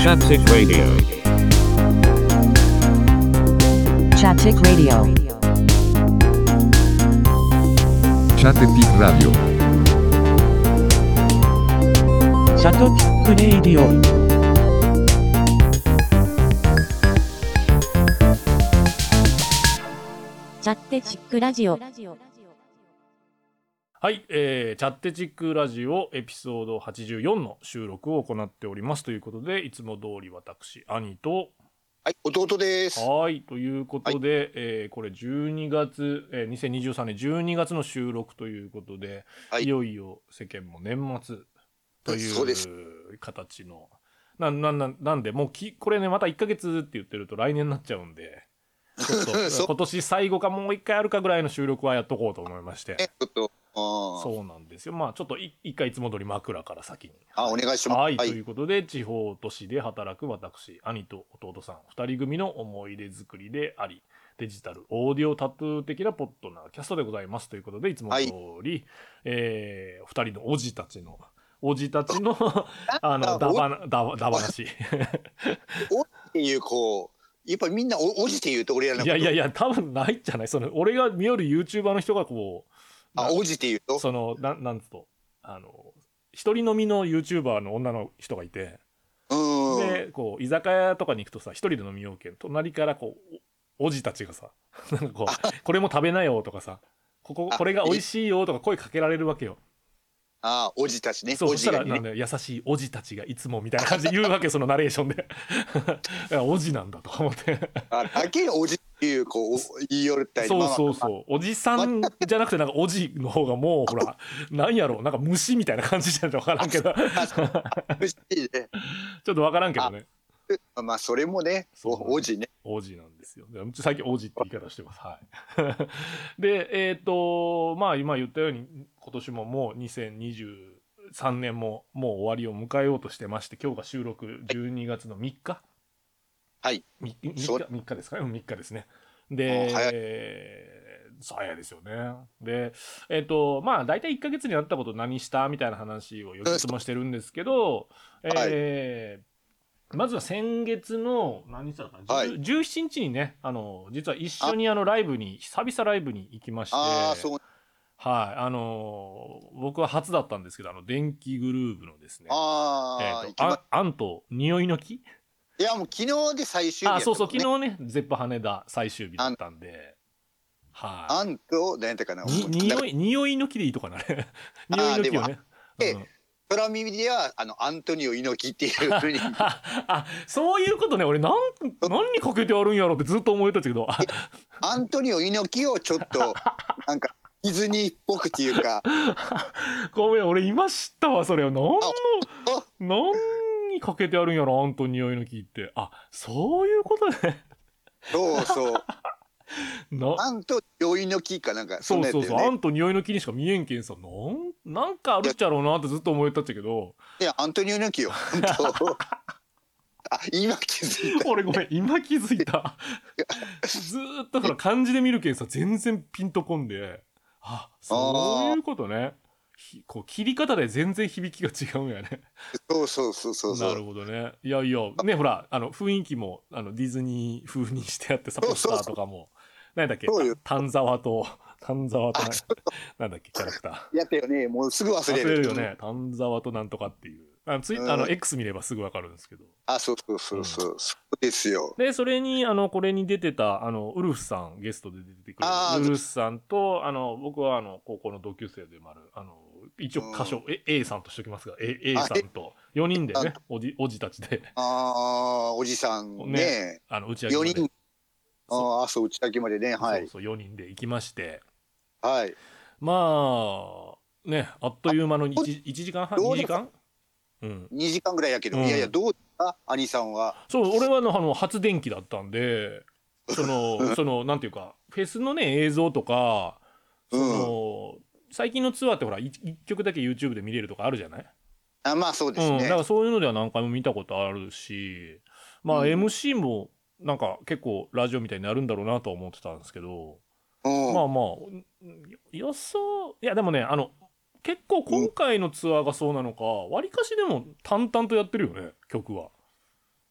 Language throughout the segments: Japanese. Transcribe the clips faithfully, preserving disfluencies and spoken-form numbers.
Chaptic Radio. Chaptic Radio. Chaptic Radio. シャトピックレイディオ。 チャッテチックラジオ。 はい、えー、チャッテチックラジオエピソードはちじゅうよんの収録を行っておりますということで、いつも通り私兄とはい、弟です。 はいということで、はい、えー、これじゅうにがつ、えー、にせんにじゅうさんねんじゅうにがつの収録ということで、はい、いよいよ世間も年末という形のななななんでもうきこれねまたいっかげつって言ってると来年になっちゃうんで、ちょっと今年最後かもう一回あるかぐらいの収録はやっとこうと思いまして。 ちょっとそうなんですよ。まあちょっと一回いつも通り枕から先に。 あ、お願いします。 はい、はい、ということで地方都市で働く私兄と弟さんふたり組の思い出作りであり、デジタルオーディオタトゥー的なポッドなキャストでございますということで、いつも通り、はい、えー、ふたりのおじたちのおじたちのあのだばなだだ話。 おっていうこう。やっぱりみんな お, おじって言うと俺らのこと。 いやいやいや多分ないんじゃない。その俺が見よる YouTuber の人がこう。 あ、おじって言うとそのななんつとあの一人飲みの YouTuber の女の人がいて、 うんでこう居酒屋とかに行くとさ、一人で飲みようけん隣からこう お, おじたちがさなんかこうこれも食べなよとかさ、こここれが美味しいよとか声かけられるわけよ。 ああ、おじたちね。 そう、そしたらなんだよ、優しいおじたちがいつもみたいな感じで言うわけそのナレーションでおじなんだと思ってあだけおじっていうこう言いよるったり。 そうそうそう、おじさんじゃなくてなんかおじの方がもうほらなんやろう、なんか虫みたいな感じじゃないと分からんけど虫ね、 ちょっと分からんけどね。 あまあそれもね、おじね。 おじなんですよ。最近おじって言い方してます。はい。で、えっとまあ今言ったように今年ももうにせんにじゅうさんねんももう終わりを迎えようとしてまして、今日が収録じゅうにがつのみっか。 はい。 みっか、みっかですかね。みっかですね。で、早いですよね。で、えっとまあ大体いっかげつになったこと何したみたいな話をよくつもしてるんですけど、えーまずは先月の何日だったかな、はい、じゅうしちにちにね、あの実は一緒にあのライブに久々ライブに行きまして、 あそうはい、あの僕は初だったんですけど、あの電気グルーヴのですね、 あ、 えー、とああんと匂いの木、 いやもう昨日で最終日やった、ね、 あそうそう昨日ねゼップ羽田最終日だったんで、 はい、あんと何やったかな、 匂い匂いの木でいいとかなね匂いの木をね。 空耳ではあのアントニオ猪木っていう風にあ、そういうことね。俺なん何にかけてあるんやろってずっと思えたけどアントニオ猪木をちょっとなんかディズニーっぽくっていうかごめん俺今知ったわそれを。何の何にかけてあるんやろアントニオ猪木って。あそういうことね。 そうそうアンと匂いの木かなんかそんなやつだよね。そうそうそう、アンと匂いの木にしか見えんけんさ、なんなんかあるっちゃろうなってずっと思えたっちゃけど、 いやアンと匂いの木よあ今気づいた俺ごめん今気づいたずーっとほら漢字で見るけんさ全然ピンとこんで、あそういうことね。こう切り方で全然響きが違うんやね。 そうそうそうそうそう。 なるほどね。いやいやね、ほらあの雰囲気もあのディズニー風にしてあってさ、ポスターとかもなんだっけ、丹沢と丹沢となんだっけキャラクターやったよね。もうすぐ忘れる。 忘れるよね。丹沢となんとかっていう。あのツイ、うん、あの X 見ればすぐわかるんですけど。 あ、そうそうそうそう、うん、そうですよ。 でそれにあのこれに出てたあのウルフさんゲストで出てくるウルフさんと、あの僕はあの高校の同級生でもあるあの一応歌唱、うん、A さんとしておきますが A, A さんとよにんでねおじおじたちであおじさんね、ねあの打ち上げまでよにんああそう打ち上げまでね、はい、 そうそうよにんで行きまして、 はいまあねあっという間の 1, いちじかんはんにじかん、 うん、にじかんぐらいやけど、うん、いやいやどうだ兄さんは。 そう俺はのあの初電気だったんでそのそのなんていうかフェスのね映像とかその、うん、最近のツアーってほらいっきょくだけ YouTube で見れるとかあるじゃない。 あまあそうですね、うん、 だからそういうのでは何回も見たことあるし、まあ、うん、エムシー もなんか結構ラジオみたいになるんだろうなとは思ってたんですけど、うん、まあまあ予想いやでもねあの結構今回のツアーがそうなのかわりかしでも淡々とやってるよね曲は。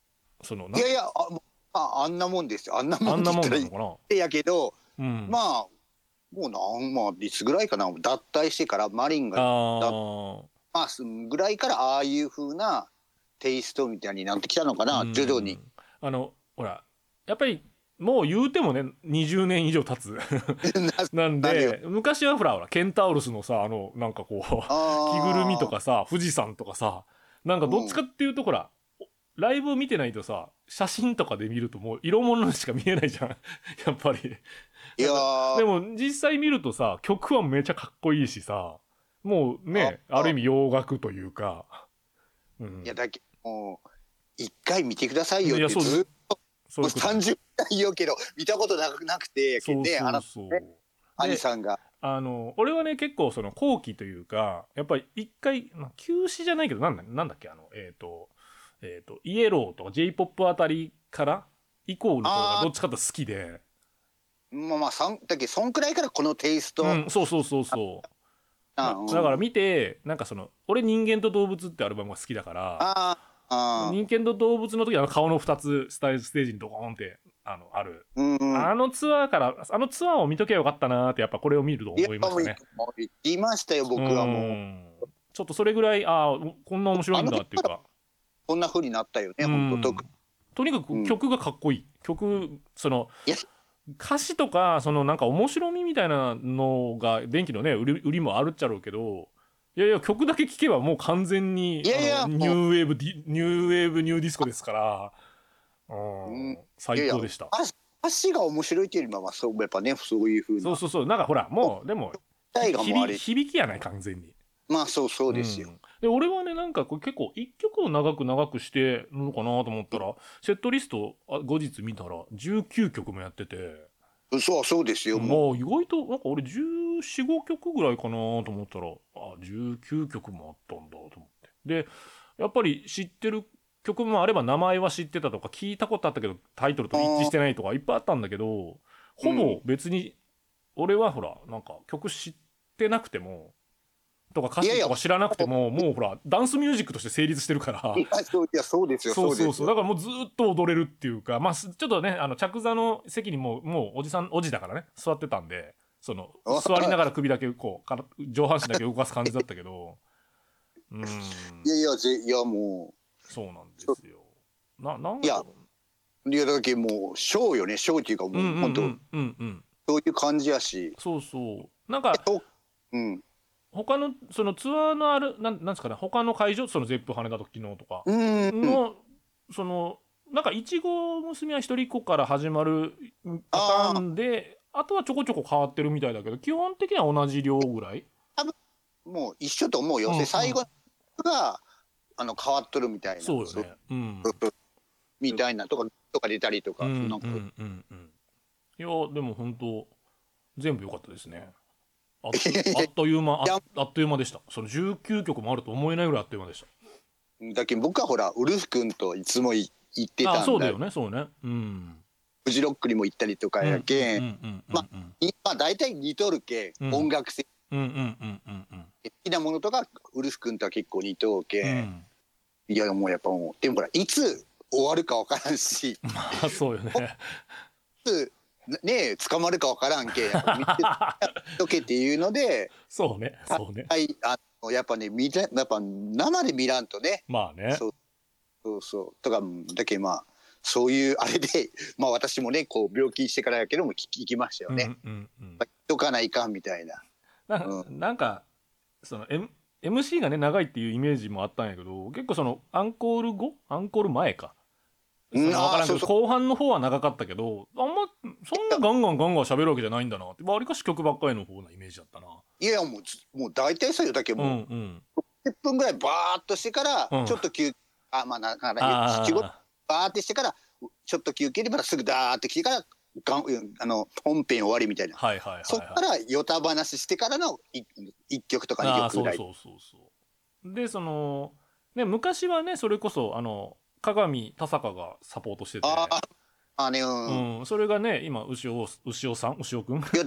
そのないやいや、あ、もうああんなもんですよ。あんなもあんなんって言ったらいもんなのかな。 いやけど、 うん、 まあもうなんまあいつぐらいかな、脱退してからマリンがあまあすぐらいからああいう風なテイストみたいになってきたのかな、 あ、 徐々に。 あのほらやっぱりもう言うてもねにじゅうねん以上経つなんで昔はほらほらケンタウロスのさあのなんかこう着ぐるみとかさ富士山とかさなんかどっちかっていうとほら、ライブを見てないとさ写真とかで見るともう色物しか見えないじゃんやっぱり。 いやーでも実際見るとさ曲はめちゃかっこいいしさもうね あ, あある意味洋楽というか、うん、 いやだけもう一回見てくださいよっていやそうずっともうそういうことさんじゅうかい言うけど見たことなくなくてそうね、あなたそうそうね兄さんが。 あの俺はね結構その後期というかやっぱり一回、まあ、休止じゃないけどなんだなんだっけあのえっ、とえっ、とイエローとか J-ポップ あたりから以降の方がどっちかと好きで、 まあまあそんだけそんくらいからこのテイスト、 うん、そうそうそうそうあうんだから見てなんかその俺人間と動物ってアルバムが好きだからああ人間と動物の時はあの顔のふたつスタイルステージにドコーンってあのある、 うんうんあのツアーからあのツアーを見とけばよかったなーってやっぱこれを見ると思いましたね。 もう言いましたよ僕はもう、 んちょっとそれぐらいああこんな面白いんだっていうかこんな風になったよねうん本当ととにかく曲がかっこいい、曲そのいや歌詞とかそのなんか面白みみたいなのが電気のね売り売りもあるっちゃろうけどいやいや曲だけ聴けばもう完全にいやいやあのニューウェーブディニューウェーブニューディスコですからうんうん最高でした。 いやいや歌詞が面白いっていうよりもまあそうやっぱねそういう風なそうそうそうなんかほらもうでも体がもうあれ響響きやない完全に。 まあそうそうですよ、 うんで俺はねなんかこれ結構いっきょくを長く長くしてるのかなと思ったらセットリストあ後日見たらじゅうきゅうきょくもやっててそうそうですよ、 まあもう意外となんか俺じゅうよん、ごきょくぐらいかなと思ったらあじゅうきゅうきょくもあったんだと思ってでやっぱり知ってる曲もあれば名前は知ってたとか聞いたことあったけどタイトルと一致してないとかいっぱいあったんだけどほぼ別に俺はほらなんか曲知ってなくてもとか歌詞とか知らなくてももうほらダンスミュージックとして成立してるからいやそういやそうですよそうそうですよそうだからもうずっと踊れるっていうかまあすちょっとねあの着座の席にもうもうおじさんおじだからね座ってたんでその座りながら首だけこうから上半身だけ動かす感じだったけどうんいやいやぜいやもそうなんですよななんいやういやだけもうショーよねショーっていうかもう、 うんうんうん本当うんうんそういう感じやしそうそうなんかうん他のそのツアーのあるなんなんですかね他の会場そのゼップ羽田と昨日とかうんの、そのなんかいちご娘は一人っ子から始まるパターンであとはちょこちょこ変わってるみたいだけど基本的には同じ量ぐらいもう一緒と思うよ、 うんうんで最後があの変わっとるみたいなそうよねうんそうみたいなとかとか出たりとか、 うんなんか、 うんうんうんいやでも本当全部良かったですねあっとあっという間あいやあっという間でしたそのじゅうきゅうきょくもあると思えないぐらいあっという間でしただけど僕はほらウルフ君といつもい行ってたんだあそうだよねそうねうんフジロックにも行ったりとかやけん、 うんうんうんうんまあ今大体似とるけん、 うん音楽性うんうんうんうんうん好きなものとかウルフ君とは結構似とうけ、 うんんいやもうやっぱもうでもほらいつ終わるかわからんしいまあそうよねつねえ捕まるかわからんけんやっぱ見てとけっていうのでそうねそうねはいあのやっぱね見たやっぱ生で見らんとねまあねそうそうそうとかだけまあそういうあれでまあ私もねこう病気してからやけども聞き行きましたよね、 うんうんうんまあ、とかないかんみたいなななんかその、M、エムシー がね長いっていうイメージもあったんやけど結構そのアンコール後アンコール前かそうんれは分からんけどあーそうそう後半の方は長かったけどあんまそんなガンガンガンガン喋るわけじゃないんだなってわりかし曲ばっかりの方なイメージだったないやもうつもう大体そうよだけうんもううんろっぷんぐらいバーっとしてからうんちょっと休、あまあなかなあか仕事ーバーってしてからちょっと休憩でまたすぐダーって来てからがんうんあの本編終わりみたいな、 はいはいはいはいそっからヨタ話してからのい一曲とかあ二曲ぐらいーそうそうそうそうでそのね昔はねそれこそあの鏡田坂がサポートしててあーあねうん、 うん、それがね今牛尾牛尾さん牛尾くんいやで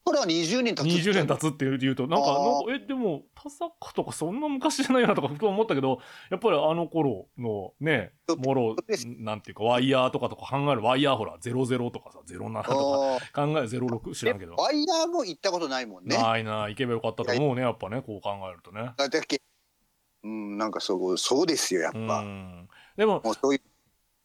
これはにじゅうねん経つ。 にじゅうねん経つって言うと、なんか、 あーなんかえ、でも、田坂とかそんな昔じゃないよなとかふと思ったけど、やっぱりあの頃のね、もろ、なんていうか、ワイヤーとかとか考える、ワイヤーほら、ゼロゼロとかさ、ゼロななとあか考える、ゼロろく知らんけど。 ワイヤーも行ったことないもんね。 ないな、行けばよかったと思うね、やっぱね、こう考えるとね。 だけうん、なんかそうそうですよやっうぱ。 ん。でも、 もうそういう、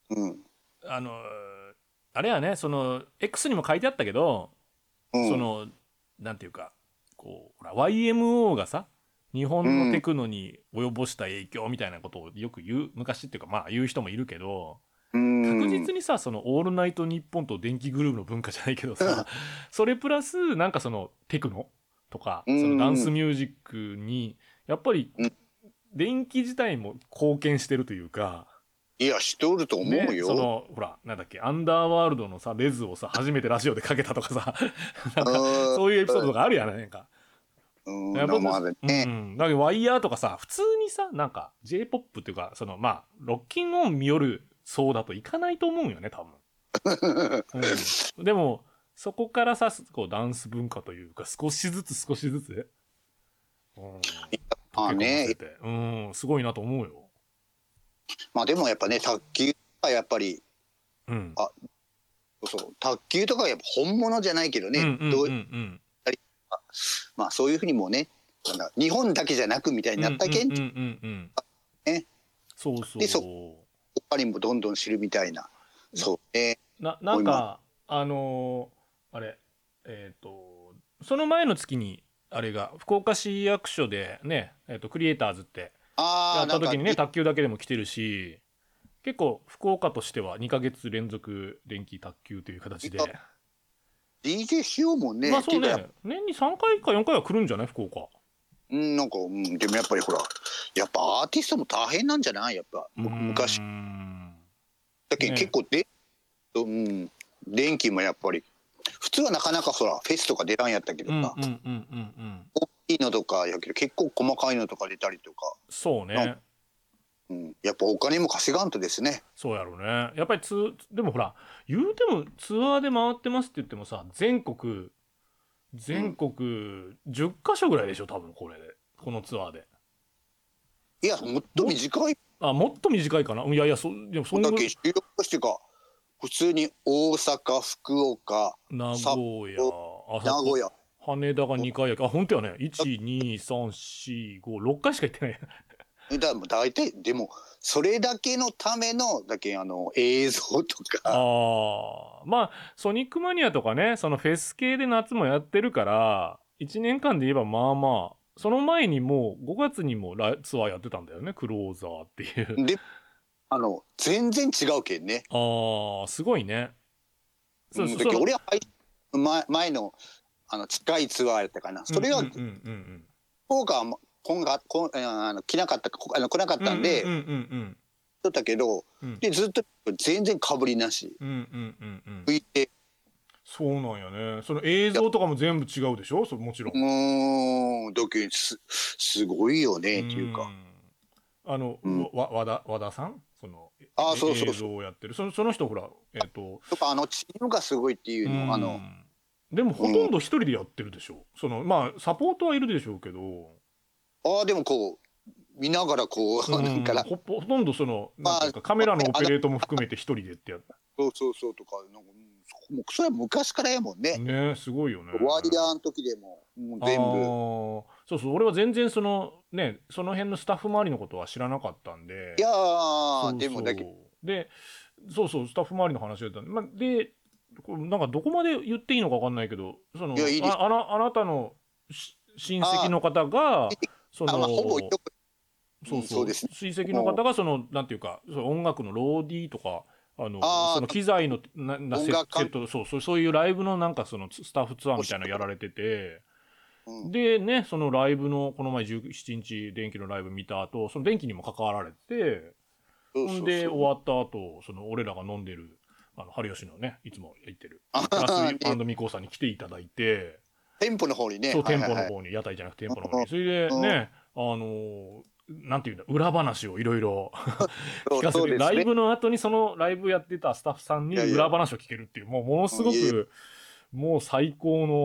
うん、 あの、あれはね、その、X にも書いてあったけど、 うん、 その、なんていうか、こう、ほら、ワイエムオー がさ、日本のテクノに及ぼした影響みたいなことをよく言う、昔っていうか、まあ言う人もいるけど、 うん確実にさ、その、オールナイトニッポンと電気グルーヴの文化じゃないけどさ、それプラス、なんかその、テクノとか、そうんのダンスミュージックに、やっぱりうん、 電気自体も貢献してるというか、 いや知っておると思うね、 よ。 そのほらなんだっけアンダーワールドのさレズをさ初めてラジオでかけたとかさなんかうんそういうエピソードとかあるやんなんか。 うん、 やっぱまあね、 うん、だけどワイヤーとかさ普通にさなんか J-ポップ っていうかそのまあロッキンオン見よるそうだといかないと思うんよね多分、うん、でもそこからさこうダンス文化というか少しずつ少しずつ、うん、 まあ溶け込ませね、 て、うん、すごいなと思うよ。 まあでもやっぱね卓球はやっぱり、 うん、 あそう卓球とかはやっぱ本物じゃないけどね、 うんうんうんどううんまあそういうふうにもねなんだ日本だけじゃなくみたいになったけん、 うんうんうんうんね、 そうそうでそ他にもどんどん知るみたいな、そうね。 ななんかあのーあれえっ、とその前の月にあれが福岡市役所でね、えー、とクリエイターズってやああった時にねなんか卓球だけでも来てるし結構福岡としてはにかげつ連続電気卓球という形でディージェー しようもんね。 まあそうっていうかね年にさんかいかよんかいは来るんじゃない福岡。 うんなんか、うん、でもやっぱりほらやっぱアーティストも大変なんじゃないやっぱむ昔うーんだけどね結構で、うん、電気もやっぱり普通はなかなかほらフェスとか出らんやったけどさ、 うんうんうんうんうん大きいのとかやけど結構細かいのとか出たりとか、 そうねうん、やっぱお金も稼がんとですね。 そうやろうねやっぱりツでもほら言うてもツアーで回ってますって言ってもさ全国全国じゅっかしょぐらいでしょ多分これでこのツアーで。 いやもっと短いあもっと短いかないやいやそでもそんなだけ収録してか普通に大阪福岡名札古屋あ名古屋羽田がにかいやけあ本当やねいちにさんしごろっかいしか行ってないだ大体でもそれだけのためのだけあの映像とかあまあソニックマニアとかねそのフェス系で夏もやってるからいちねんかんで言えばまあまあその前にもうごがつにもライツアーやってたんだよねクローザーっていうであの全然違うけんね。 あーすごいねそううんそうだけど俺は前前のあの近いツアーやったかなそれはうんうんうんうん福岡は今がこあの来なかったこあの来なかったんでうんうんうんだったけどうんでずっと全然かぶりなしうんうんうんうん拭いてそうなんやねその映像とかも全部違うでしょそもちろんもうだけどすすごいよねっていうか。 んあの、 うんわ和田和田さんそのあそうそうそう映像をやってるそのその人ほらえっ、ととかあのチームがすごいっていうのあのうんでもほとんど一人でやってるでしょ、そのまあサポートはいるでしょうけど、 ああでもこう見ながらこう、 うんなんかほほとんどそのまあなんていうかカメラのオペレートも含めて一人でってやるそうそうそうとかなんか、うんそもうそれは昔からやもんね。 ねすごいよねワイヤーの時でももう全あ部ーそうそう俺は全然そのねその辺のスタッフ周りのことは知らなかったんでいやそうそうーでもだけどでそうそうスタッフ周りの話だったんで、まあ、でこれなんかどこまで言っていいのか分かんないけどそのいやいいですああなあなたのし親戚の方がそのあまあほぼよくそうそううんそうですね親戚の方がそのなんていうかその音楽のローディーとかあのあーその機材のななセ音楽セットそうそうそういうライブのなんかそのスタッフツアーみたいなのやられてて。 うんでねそのライブのこの前じゅうしちにち電気のライブ見た後その電気にも関わられてそうそうそうんほで終わった後その俺らが飲んでるあの春吉のねいつも行ってるあラスねミコーさんに来ていただいて店舗の方にねそう店舗のはいはいはい方に屋台じゃなくて店舗の方にそれでねあのーなんていうんだ裏話をいろいろそう聞かせてそうですねライブの後にそのライブやってたスタッフさんにいやいや裏話を聞けるっていうもうものすごいやいくもう最高の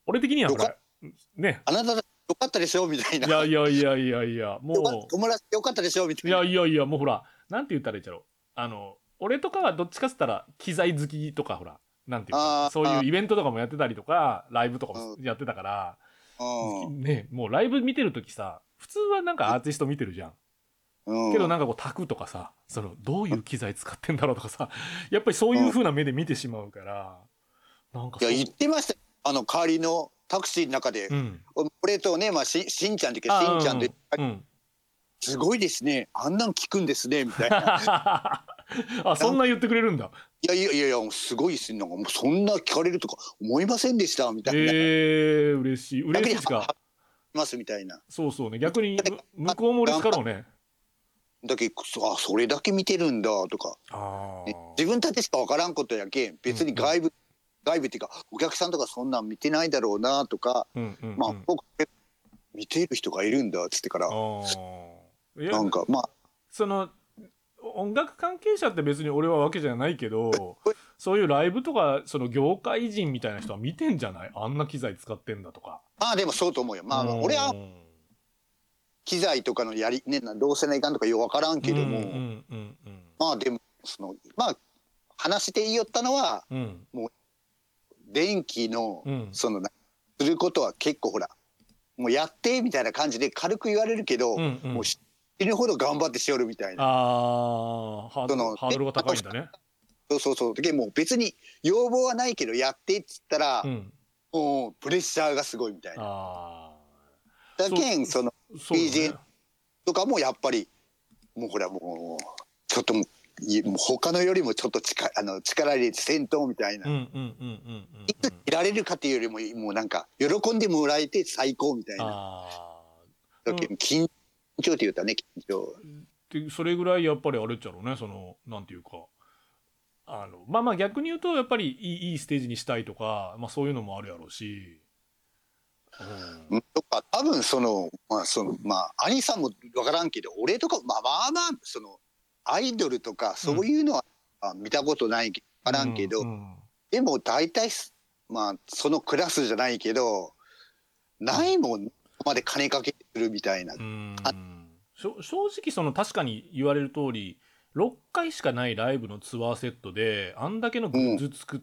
俺的にはほらよかねあなたよかったでしょみたいな。 いやいやいやいやいやもよかう友達よかったでしょみたいいな。 やいやいやもうほらなんて言ったらいいんだろうあの俺とかはどっちかっつったら機材好きとかほらなんていうかあーそういうイベントとかもやってたりとかライブとかもうやってたから、 うんねもうライブ見てるときさ普通はなんかアーティスト見てるじゃん、 うん、 けどなんかこうタクとかさそのどういう機材使ってんだろうとかさやっぱりそういう風な目で見てしまうからなんかそういや言ってましたよ。あの代わりのタクシーの中で、 うん俺とね、まあ、ししんちゃんって言うけどあしんちゃんで、 うんうんすごいですねあんなん聞くんですねみたいな。 あそんな言ってくれるんだいやいやいやいやすごいですねなんかもうそんな聞かれるとか思いませんでしたみたいな。 えー、嬉しい嬉しいですかますみたいな。 そうそうね逆にむ向こうも嬉しかろうねだけあそれだけ見てるんだとか、 あね、自分たちしか分からんことやけん別に外部、うん、外部っていうかお客さんとかそんなん見てないだろうなとか、 うんうんうん、 まあ僕見てる人がいるんだっつってからなんかまあその音楽関係者って別に俺はわけじゃないけどそういうライブとかその業界人みたいな人は見てんじゃないあんな機材使ってんだとか。 ああでもそうと思うよ。まあ俺は機材とかのやりねどうせないかんとかよう分からんけども、うんうんうんうん、まあでもそのまあ話して言いよったのは、うん、もう電気の、うん、そのすることは結構ほらもうやってみたいな感じで軽く言われるけど、うんうん、もう死ぬほど頑張ってしよるみたいな。 あハードルハードルが高いんだね。 そうそうそう。でもう別に要望はないけどやってっつったら、うん、もうプレッシャーがすごいみたいな。あだけんその ピージェー とかもやっぱりもうほらもうちょっともうもう他のよりもちょっと力あの力入れて戦闘みたいな。いついられるかっていうよりももうなんか喜んでもらえて最高みたいな。あだけん緊張って言ったらね緊張。 でそれぐらいやっぱりあれっちゃろうねそのなんていうか。あのまあまあ逆に言うとやっぱりいい、いいステージにしたいとか、まあ、そういうのもあるやろうし、 うん、とか多分そのまあそのまあ兄さんも分からんけど俺とかまあまあまあそのアイドルとかそういうのは見たことない分からんけど、うんうん、でも大体まあそのクラスじゃないけどないもんまで金かけてるみたいな、うん、 正直その確かに言われる通りろっかいしかないライブのツアーセットであんだけのグッズ作って、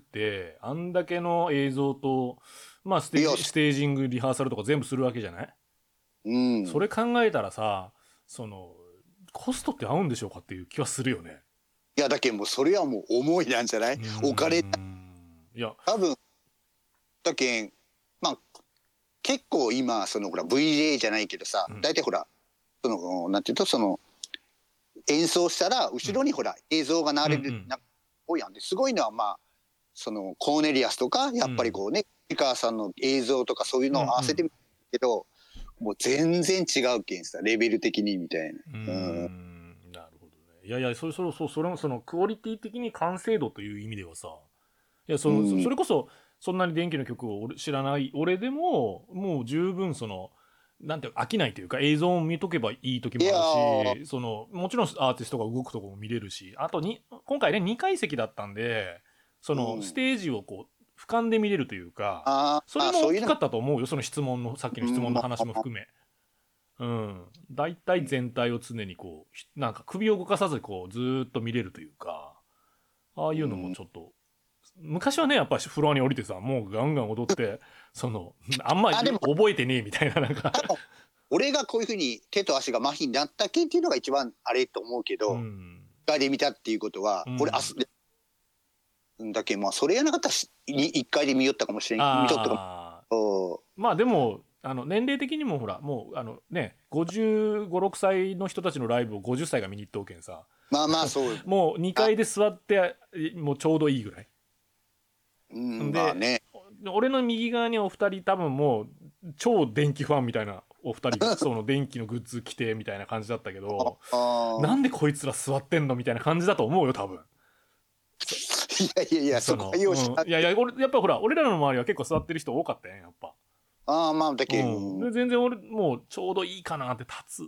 うん、あんだけの映像と、まあ、ステージ、ステージングリハーサルとか全部するわけじゃない、うん、それ考えたらさそのコストって合うんでしょうかっていう気はするよね。 いやだけどもうそれはもう思いなんじゃないお金いや多分だけんまあ結構今そのほら ブイジェー じゃないけどさ、うん、大体ほらそのなんていうとその演奏したら後ろにほら、うん、映像が流れる、うんうん、なんか多いやんですごいのはまあそのコーネリアスとかやっぱりこうね美川、うん、さんの映像とかそういうのを合わせてみるけど、うんうん、もう全然違うけんさレベル的にみたいな。うん、 うんなるほどね。いやいやそれそれそれそれもそのクオリティ的に完成度という意味ではさいやその、うん、それこそそんなに電気の曲を知らない俺でももう十分そのなんて飽きないというか映像を見とけばいい時もあるしそのもちろんアーティストが動くとこも見れるしあとに今回ねにかい席だったんでそのステージをこう俯瞰で見れるというか、うん、それも大きかったと思うよその質問のさっきの質問の話も含め、うん、だいたい全体を常にこうなんか首を動かさずこうずーっと見れるというかああいうのもちょっと昔はねやっぱりフロアに降りてさもうガンガン踊ってそのあんまり覚えてねえみたいななんか俺がこういうふうに手と足が麻痺になったけっていうのが一番あれと思うけど、うん、一回で見たっていうことは、うん、俺明日だけまあそれやなかったら一回で見よったかもしれん見とったかも。 まあでもあの年齢的にもほらもうあのねごじゅうご、ろくさいの人たちのライブをごじゅっさいが見に行っておけんさまあまあそうもうにかいで座ってもうちょうどいいぐらい。 うんで、まあね、 俺の右側にお二人多分もう超電気ファンみたいなお二人がその電気のグッズ着てみたいな感じだったけどなんでこいつら座ってんのみたいな感じだと思うよ多分。 いやいやいやそこはよし、 うん、いやいや俺やっぱほら俺らの周りは結構座ってる人多かったよやっぱ。 ああまあだけ、 うん、で全然俺もうちょうどいいかなって立つ、うん、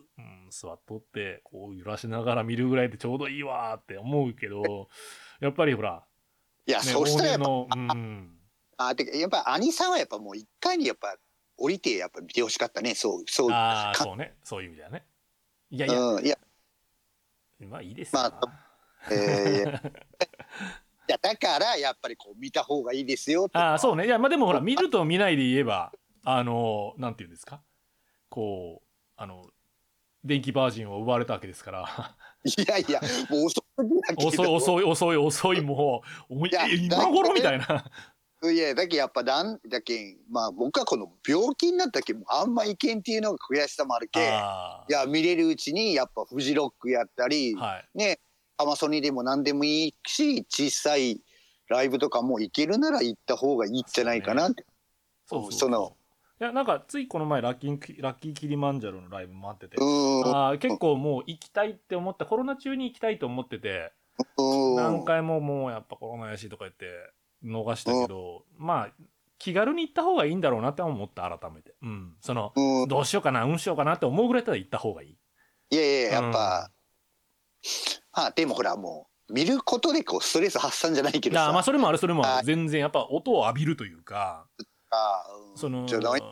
座っとってこう揺らしながら見るぐらいでちょうどいいわって思うけどやっぱりほらいや、ね、そうしたらやっぱ、 うん、 あてかやっぱ兄さんはやっぱもう一回にやっぱ降りてやっぱ見てほしかったね。そうそう。 ああそうね、そういう意味だよね。いやいや、うん、いやまあいいですよ。まあ、 えー、いやだからやっぱりこう見た方がいいですよ。 ああそうね。いやまあでもほら見ると見ないで言えばあのなんていうんですか、こうあの電気バージンを奪われたわけですから。 いやいやもう遅い遅い遅い遅い遅いもう今頃みたいな。 いやだけやっぱなんだけまあ僕はこの病気になったけもあんまいけんっていうのが悔しさもあるけ、いや見れるうちにやっぱフジロックやったり、はい、ねアマソニでも何でもいいし小さいライブとかも行けるなら行った方がいいんじゃないかなって。 そうね、そうそうそう、そのいやなんかついこの前ラッキーラッキーキリマンジャロのライブもあってて、あ結構もう行きたいって思ったコロナ中に行きたいと思ってて何回ももうやっぱコロナやしとか言って逃したけど、まあ気軽に行った方がいいんだろうなって思った改めて、うん、そのどうしようかなうんしようかなって思うぐらいだったら行った方がいい。 いやいややっぱ、うん、あでもほらもう見ることでこうストレス発散じゃないけどさ、 あまあそれもあるそれもある、全然やっぱ音を浴びるというか。あその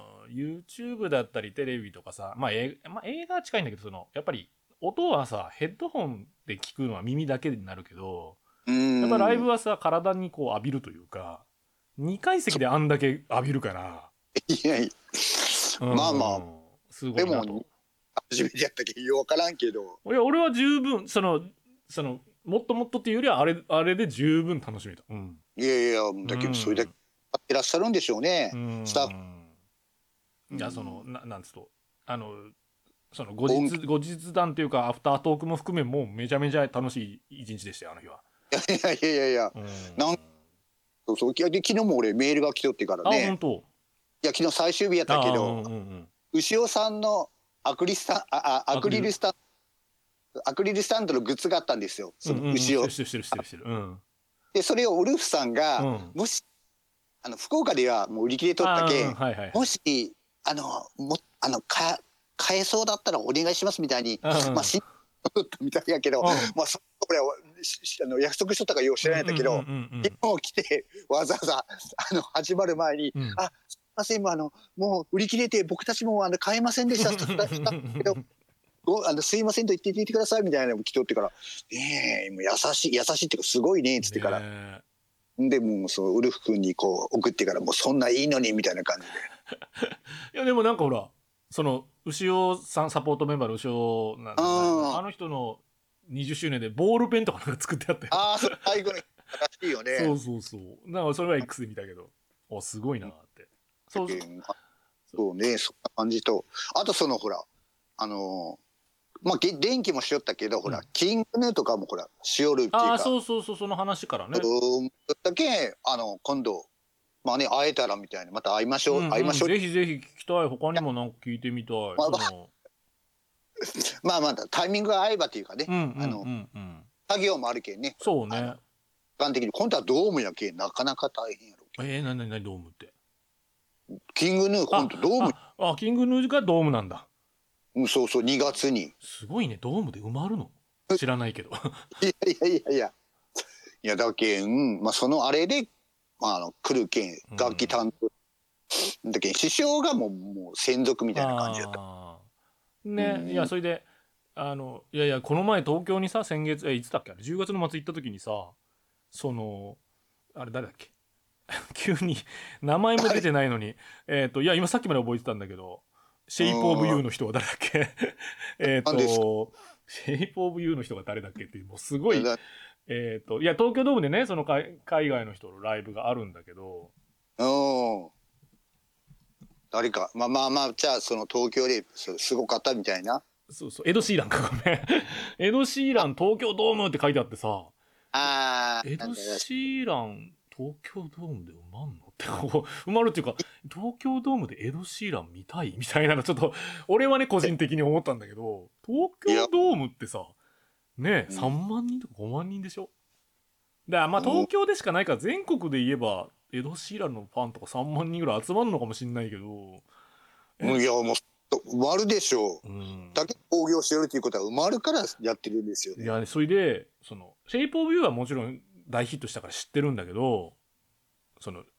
YouTube だったりテレビとかさ、まあ、映まあ映画は近いんだけどそのやっぱり音はさヘッドホンで聞くのは耳だけになるけど、やっぱライブはさ体にこう浴びるというかにかい席であんだけ浴びるから。 いやいや、うん、まあまあすごいなと。 でも初めてやったけどよう分からんけど、 いや俺は十分そのそのもっともっとっていうよりはあれあれで十分楽しめた、うん、 いやいやだけどそれだけやってらっしゃるんでしょうね、うん、スタッフ。 いやその な, なんつうとあのその後日後日談というかアフタートークも含めもうめちゃめちゃ楽しい一日でしたよあの日は。 いやいやいやいや、うん、なんそうそうで昨日も俺メールが来とってからね。 あ本当。 いや昨日最終日やったけど、うんうんうん、牛尾さんのアクリスタあアクリルスタアクリルスタンドのグッズがあったんですよ。その牛尾、うんうん、してるしてるしてるしてる、うん、でそれをウルフさんが、うん、もしあの福岡ではもう売り切れとったけ、うんはいはい、もしあのもあのか買えそうだったらお願いしますみたいに、うん、まあしんどったみたいやけど、うん、まあそこれはあの約束しとったかよう知らないんだけど、今日来てわざわざあの始まる前に、うん、あすいませんあのもう売り切れて僕たちもあの買えませんでしたと言ったけどごあのすいませんと言って聞いてくださいみたいなのも来とってからねえもう優しい優しいっていうかすごいねっつってから。ねでもうそうウルフ君にこう送ってからもうそんないいのにみたいな感じでいやでもなんかほらその牛尾さんサポートメンバーの牛尾なんだ、ね、あの人のにじゅっしゅうねんでボールペンとかなんか作ってあってああそれ最後に正しいよねそうそうそうだからそれは X で見たけどおすごいなってそうそうそうねそんな感じとあとそのほらあのーまあ、電気もしよったけど、うん、ほらキングヌーとかもほらしよるっていうかあそうそうそうその話からねだけあの今度まあね会えたらみたいなまた会いましょう、うんうん、会いましょうぜひぜひ聞きたい他にもなんか聞いてみたいまあ、 まあまだタイミングが合えばっていうかね、うんうんうんうん、あの作業もあるけんねそうね一般的に今度はドームやけんなかなか大変やろえー、なになにドームってキングヌー今度ドームああキングヌーがドームなんだうん、そうそうにがつにすごいねドームで埋まるの知らないけどいやいやいやいやいやだけん、まあ、そのあれで、まあ、あの来るけん楽器担当、うん、だけん師匠がもう、もう専属みたいな感じだったね、うん、いやそれであのいやいやこの前東京にさ先月えいつだっけじゅうがつの末行った時にさそのあれ誰だっけ急に名前も出てないのにえっといや今さっきまで覚えてたんだけどシェイプオブユーの人は誰だっけえっとシェイプオブユーの人が誰だっけってもうすごいえっといや東京ドームでねその海外の人のライブがあるんだけどうん誰かまあまあまあじゃあその東京ですごかったみたいなそうそうエド・シーランかごめんエド・シーラン東京ドームって書いてあってさあエド・シーラン東京ドームで埋まんのって埋まるっていうか東京ドームでエド・シーラン見たいみたいなのちょっと俺はね個人的に思ったんだけど東京ドームってさねえさんまんにんとかごまんにんでしょだからまあ東京でしかないから全国で言えばエド・シーランのファンとかさんまんにんぐらい集まるのかもしんないけどいやもう埋まるでしょう、うん、だけ興行してるっていうことは埋まるからやってるんですよね。 いやそれでそのシェイプ・オブ・ユーはもちろん大ヒットしたから知ってるんだけどその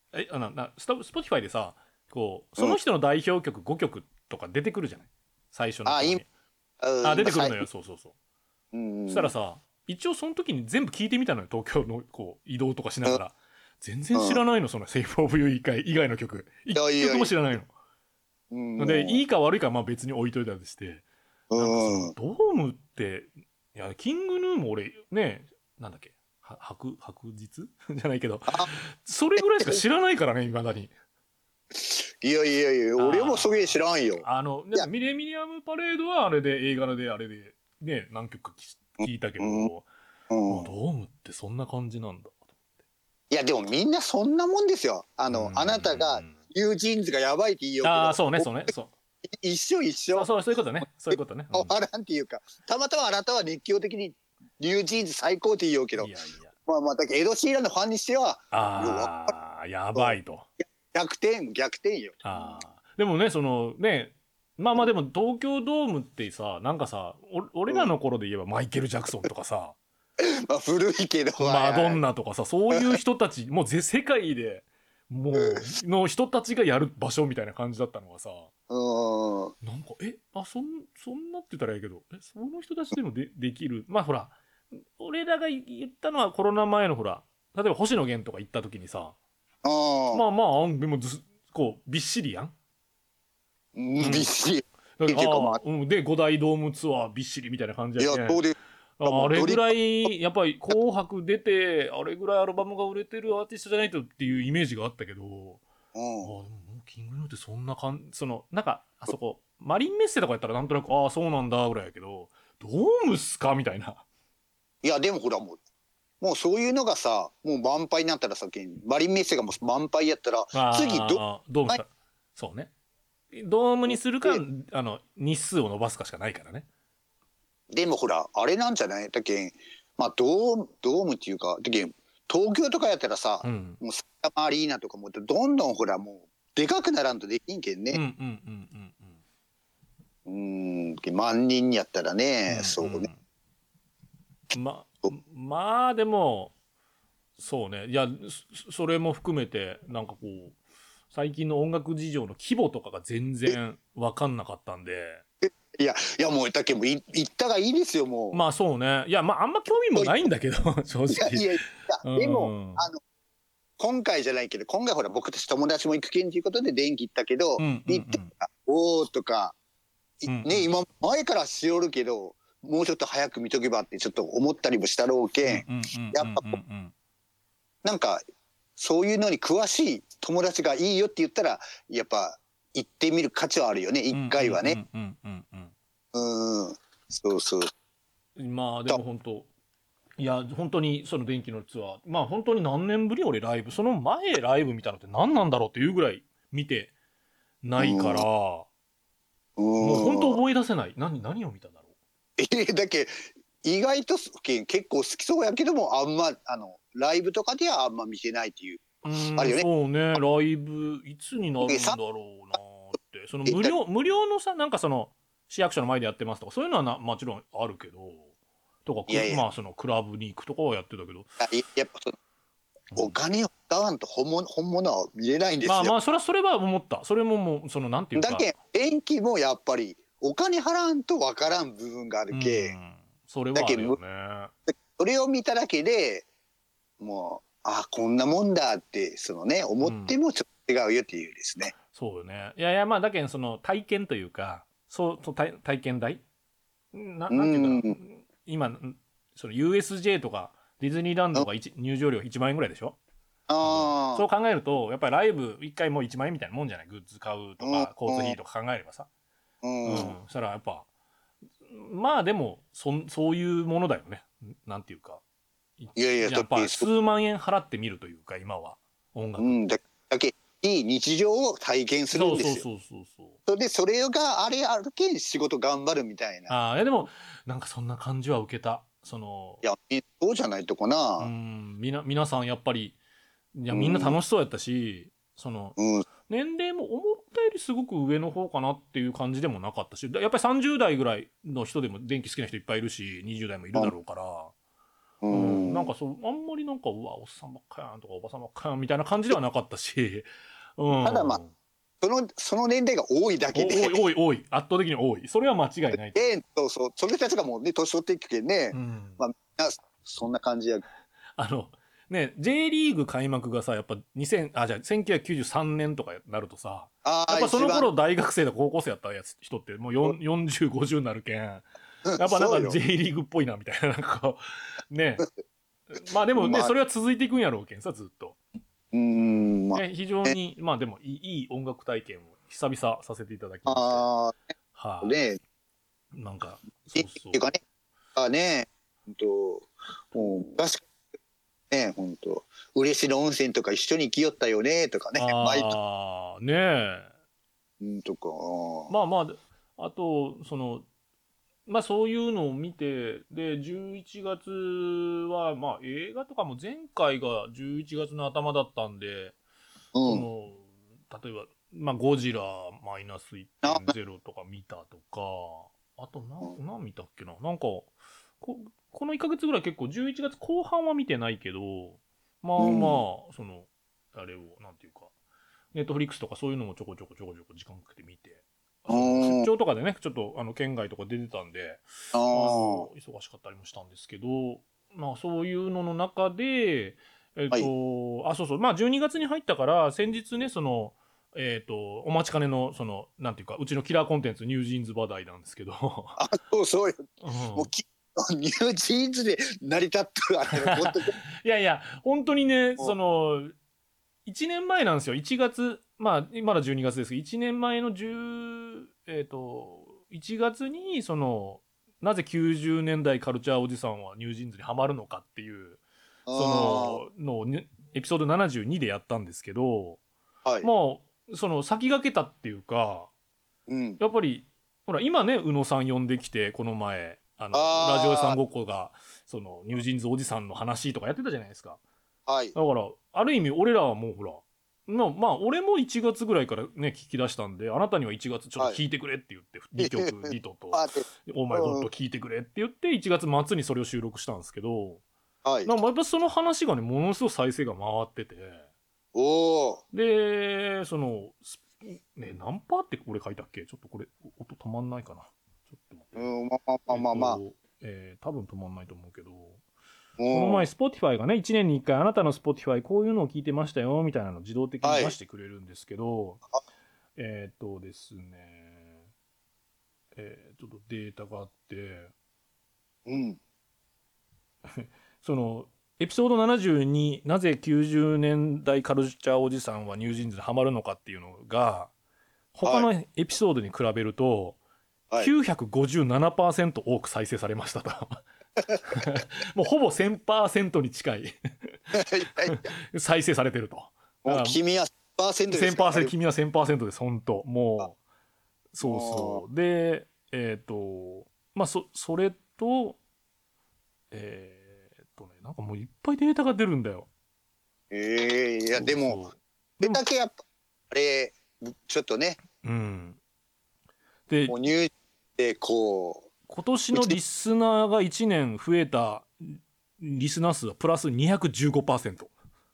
えあのなスタ Spotify でさこうその人の代表曲ごきょくとか出てくるじゃない最初の方に。 あ今うんあ出てくるのはよ、そうそうそう。 いうんそしたらさ一応その時に全部聞いてみたのよ、東京のこう移動とかしながら。全然知らないの、そのセーフオブユー以外以外の曲一いやいやいや曲も知らないの。 うんでいいか悪いかはまあ別に置いといたりして、なんかそうんのドームっていやキングヌーも俺ねなんだっけは白白日じゃないけどそれぐらいしか知らないからね、いまだに。 いやいやいや俺もそれ知らんよ。 あのいやミレニアムパレードはあれで映画であれでね何曲か聞いたけど、 うんうんあドームってそんな感じなんだ。 いやでもみんなそんなもんですよ。あの、 うんあなたがニュージーンズがやばいって言いようけど、 ああそうねそうねそう一緒一緒。 そうそうそういうことねそういうことね。うん変わらんっていうか、たまたまあなたは熱狂的にニュージーンズ最高って言おうけど、 いやいやまあまあだけどエド・シーランのファンにしてはああやばいと。 逆転逆転よ。 ああでもねそのねまあまあでも東京ドームってさなんかさお俺らの頃で言えばマイケル・ジャクソンとかさ、 まあ古いけど、 マドンナとかさそういう人たちもうぜ世界でもうの人たちがやる場所みたいな感じだったのがさ、 うんなんかえあそんそんなって言ったらいいけどえその人たちでもでできるまあほら俺らが言ったのはコロナ前のほら例えば星野源とか行った時にさあまあまあでもずこうびっしりやん。 うんびっしり。 だっていうかまああうんで五大ドームツアーびっしりみたいな感じいやね。 やそうでああれぐらいやっぱり「紅白」出てあれぐらいアルバムが売れてるアーティストじゃないとっていうイメージがあったけど、あうんでももうキングヌーってそんな感じそのなんかあそこマリンメッセとかやったらなんとなくああそうなんだぐらいやけどドームっすかみたいな。 いやでもほらもうもうそういうのがさもう満杯になったらさマリンメッセがもう満杯やったら次どあドームかそうねドームにするかであの日数を伸ばすかしかないからね。 でもほらあれなんじゃないだけんまあドームドームっていうかだけん東京とかやったらさ、 うんもうスタマアリーナとかもどんどんほらもうでかくならんとできんけんうんうんね。 うんうんうんん万人やったらね、 うんそうね。 ままあでもそうねいやそそれも含めてなんかこう最近の音楽事情の規模とかが全然分かんなかったんでいやいやもうだけもうい行ったがいいですよもう。 まあそうねいやまああんま興味もないんだけど正いやい直やいやでも、 うんあの今回じゃないけど今回ほら僕たち友達も行くけんということで電気行ったけど、 うんうんうん行っておーとか、いうんうんね今前からしおるけどもうちょっと早く見とけばってちょっと思ったりもしたろうけん、 うんうんうんやっぱうんうんなんかそういうのに詳しい友達がいいよって言ったらやっぱ行ってみる価値はあるよね一回はね。 うんうんうんうんうんそうそう。 うんまあでも本当いや本当にその電気のツアーまあ本当に何年ぶり俺ライブその前ライブ見たのって何なんだろうっていうぐらい見てないから、もうんう本当覚え出せない何何を見たんだろえーだけ意外とけん結構好きそうやけどもあんまあのライブとかではあんま見てないっていう。 ううんあるよねそうねライブいつになるんだろうなってその無料無料のさなんかその市役所の前でやってますとかそういうのはなもちろんあるけどとかいやいやまあそのクラブに行くとかはやってたけどあいやっぱそのお金を使わんと本物本物は見れないんですよ。 まあまあそれはそれは思ったそれももうそのなんていうかだけん電気もやっぱりお金払わんとわからん部分があるけ、 うんそれはあるよねそれを見ただけでもうあこんなもんだってそのね思ってもちょっと違うよっていうですね。 そうよねいやいやまあだけどその体験というかそうそう体体験代ななんていうかな今その ユーエスジェー とかディズニーランドがいち入場料いちまん円ぐらいでしょ。 あそう考えるとやっぱりライブいっかいもういちまん円みたいなもんじゃないグッズ買うとかうん交通費とか考えればさ、 うんうんそしたらやっぱまあでもそんそういうものだよねなんていうかいいやいややっぱだって数万円払ってみるというか今は音楽、 うんだだけいい日常を体験するんですよ。 そうそうそうそうそれでそれがあれあるけん仕事頑張るみたいな。 ああいやでもなんかそんな感じは受けたそのいやそうじゃないとこな。 うんみな皆さんやっぱりいやみんな楽しそうやったし、そのうん年齢も思ったよりすごく上の方かなっていう感じでもなかったしやっぱりさんじゅう代ぐらいの人でも電気好きな人いっぱいいるしにじゅう代もいるだろうから、 うんうんなんかそうあんまりなんかうわおっさんばっかやんとかおばさんばっかやんみたいな感じではなかったし、うん、 ただまあそのその年齢が多いだけで、 多い多い多い圧倒的に多い、それは間違いない。 えー、そうそう、それたちがもうね年取っていくけどね、 うん、 まあみんなそんな感じや。 あのね J リーグ開幕がさやっぱにせんあじゃあせんきゅうひゃくきゅうじゅうさんねんとかなるとさ、 あやっぱその頃大学生だ高校生やったやつ人ってもうよんよんじゅうごじゅうになるけん、やっぱなんか J リーグっぽいなみたいななんかねまあでもね、まあ、それは続いていくんやろうけんさずっと。 うーん、まあね、非常にまあでもいい、いい音楽体験を久々させていただきまして、 あはあ、ね、 なんかそうそうっていうかね、あね、本当もう確かにね、本当嬉野温泉とか一緒に行きよったよねとかね、 ああねえ、 うんとか、 まあまああとそのまあそういうのを見てでじゅういちがつはまあ映画とかも前回がじゅういちがつの頭だったんで、 うん、 その例えばまあゴジラマイナス いってんゼロ とか見たとか、あとな何見たっけな、なんかここのいっかげつぐらい結構じゅういちがつこう半は見てないけど、まあまあ、うん、そのあれをなんていうかネットフリックスとかそういうのもちょこちょこちょこちょこ時間かけて見て、出張とかでねちょっとあの県外とか出てたんであの忙しかったりもしたんですけど、まあそういうのの中でえっと、はい、あそうそうまあじゅうにがつに入ったから先日ねそのえっとお待ちかねのそのなんていうかうちのキラーコンテンツニュージーンズ話題なんですけどあそうそうよ、うん、もうきニュージーンズで成り立ってるあれ本当にいやいや本当にねそのいちねんまえなんですよいちがつ、まあまだじゅうにがつですけどいちねんまえの10えっといちがつにそのなぜきゅうじゅうねんだいカルチャーおじさんはニュージーンズにハマるのかっていうそののエピソードななじゅうにでやったんですけど、はい、もうその先駆けたっていうか、うん、やっぱりほら今ね宇野さん呼んできてこの前あのラジオ屋さんごっこがそのニュージーンズおじさんの話とかやってたじゃないですか、はい、だからある意味俺らはもうほらまあ、まあ俺もいちがつぐらいからね聞き出したんであなたにはいちがつちょっと聞いてくれって言って、はい、にきょくリトとお前ほんと聞いてくれって言っていちがつまつにそれを収録したんですけど、はい、なんかやっぱその話がねものすごい再生が回ってておでそのね何パーって俺書いたっけちょっとこれ音止まんないかなちょっと待って、 うんまあまあまあまあ、 えー、多分止まんないと思うけどこの前 Spotify がねいちねんにいっかいあなたの Spotify こういうのを聞いてましたよみたいなのを自動的に出してくれるんですけど、はい、えっとですねえー、ちょっとデータがあってうんそのエピソードななじゅうになぜきゅうじゅうねんだいカルチャーおじさんはニュージーンズにハマるのかっていうのが他のエピソードに比べると、はい、きゅうひゃくごじゅうななパーセント 多く再生されましたともうほぼ せんパーセント に近い再生されてると。 もう君は せんパーセント ですか。 せんパーセント 君は せんパーセント です本当もうそうそうでえっ、ー、とまあそそれとえっ、ー、とねなんかもういっぱいデータが出るんだよ。 ええー、いやでもでだけやっぱあれちょっとねうんでもうニューでこう今年のリスナーがいちねん増えたリスナー数はプラス にひゃくじゅうごパーセント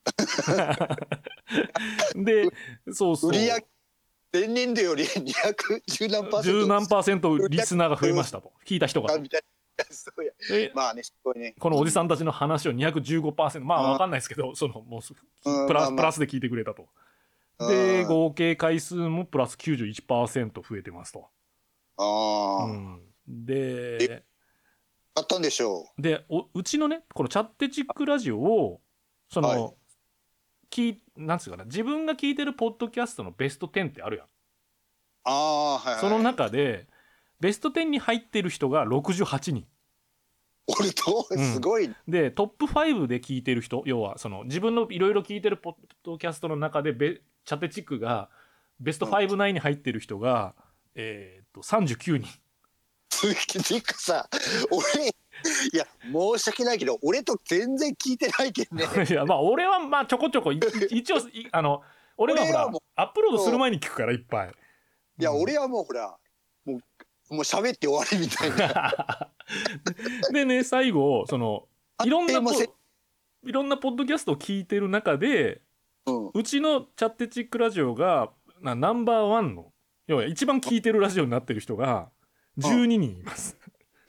でそうそう売り上げ前年度よりにひゃくじゅう何パーセントじゅう何パーセントリスナーが増えましたと聞いた人がそうやまあねすごいねこのおじさんたちの話を にひゃくじゅうごパーセント まあ分かんないですけどそのもうプラスプラスで聞いてくれたとで合計回数もプラス きゅうじゅういちパーセント 増えてますとああうんであったんでしょうでおうちのねこのチャッテチックラジオをその、はい、きなんつうかな自分が聞いてるポッドキャストのベストじゅうってあるやんあ、はいはい、 その中でベストじゅうに入ってる人がろくじゅうはちにん俺とすごい、 うん、でトップごで聞いてる人要はその自分のいろいろ聞いてるポッドキャストの中でベチャテチックがベストご内に入ってる人が、うんえー、とさんじゅうきゅうにんてかさ俺いや申し訳ないけど俺と全然聞いてないけどねいやまあ俺はまあちょこちょこ一応あの俺はほらアップロードする前に聞くからいっぱいいや、うん、俺はもうほらもうもう喋って終わりみたいなでね最後そのいろんなポいろんなポッドキャストを聞いてる中で、 うん、 うちのチャッテチックラジオがなナンバーワンの要は一番聞いてるラジオになってる人がじゅうににんいます。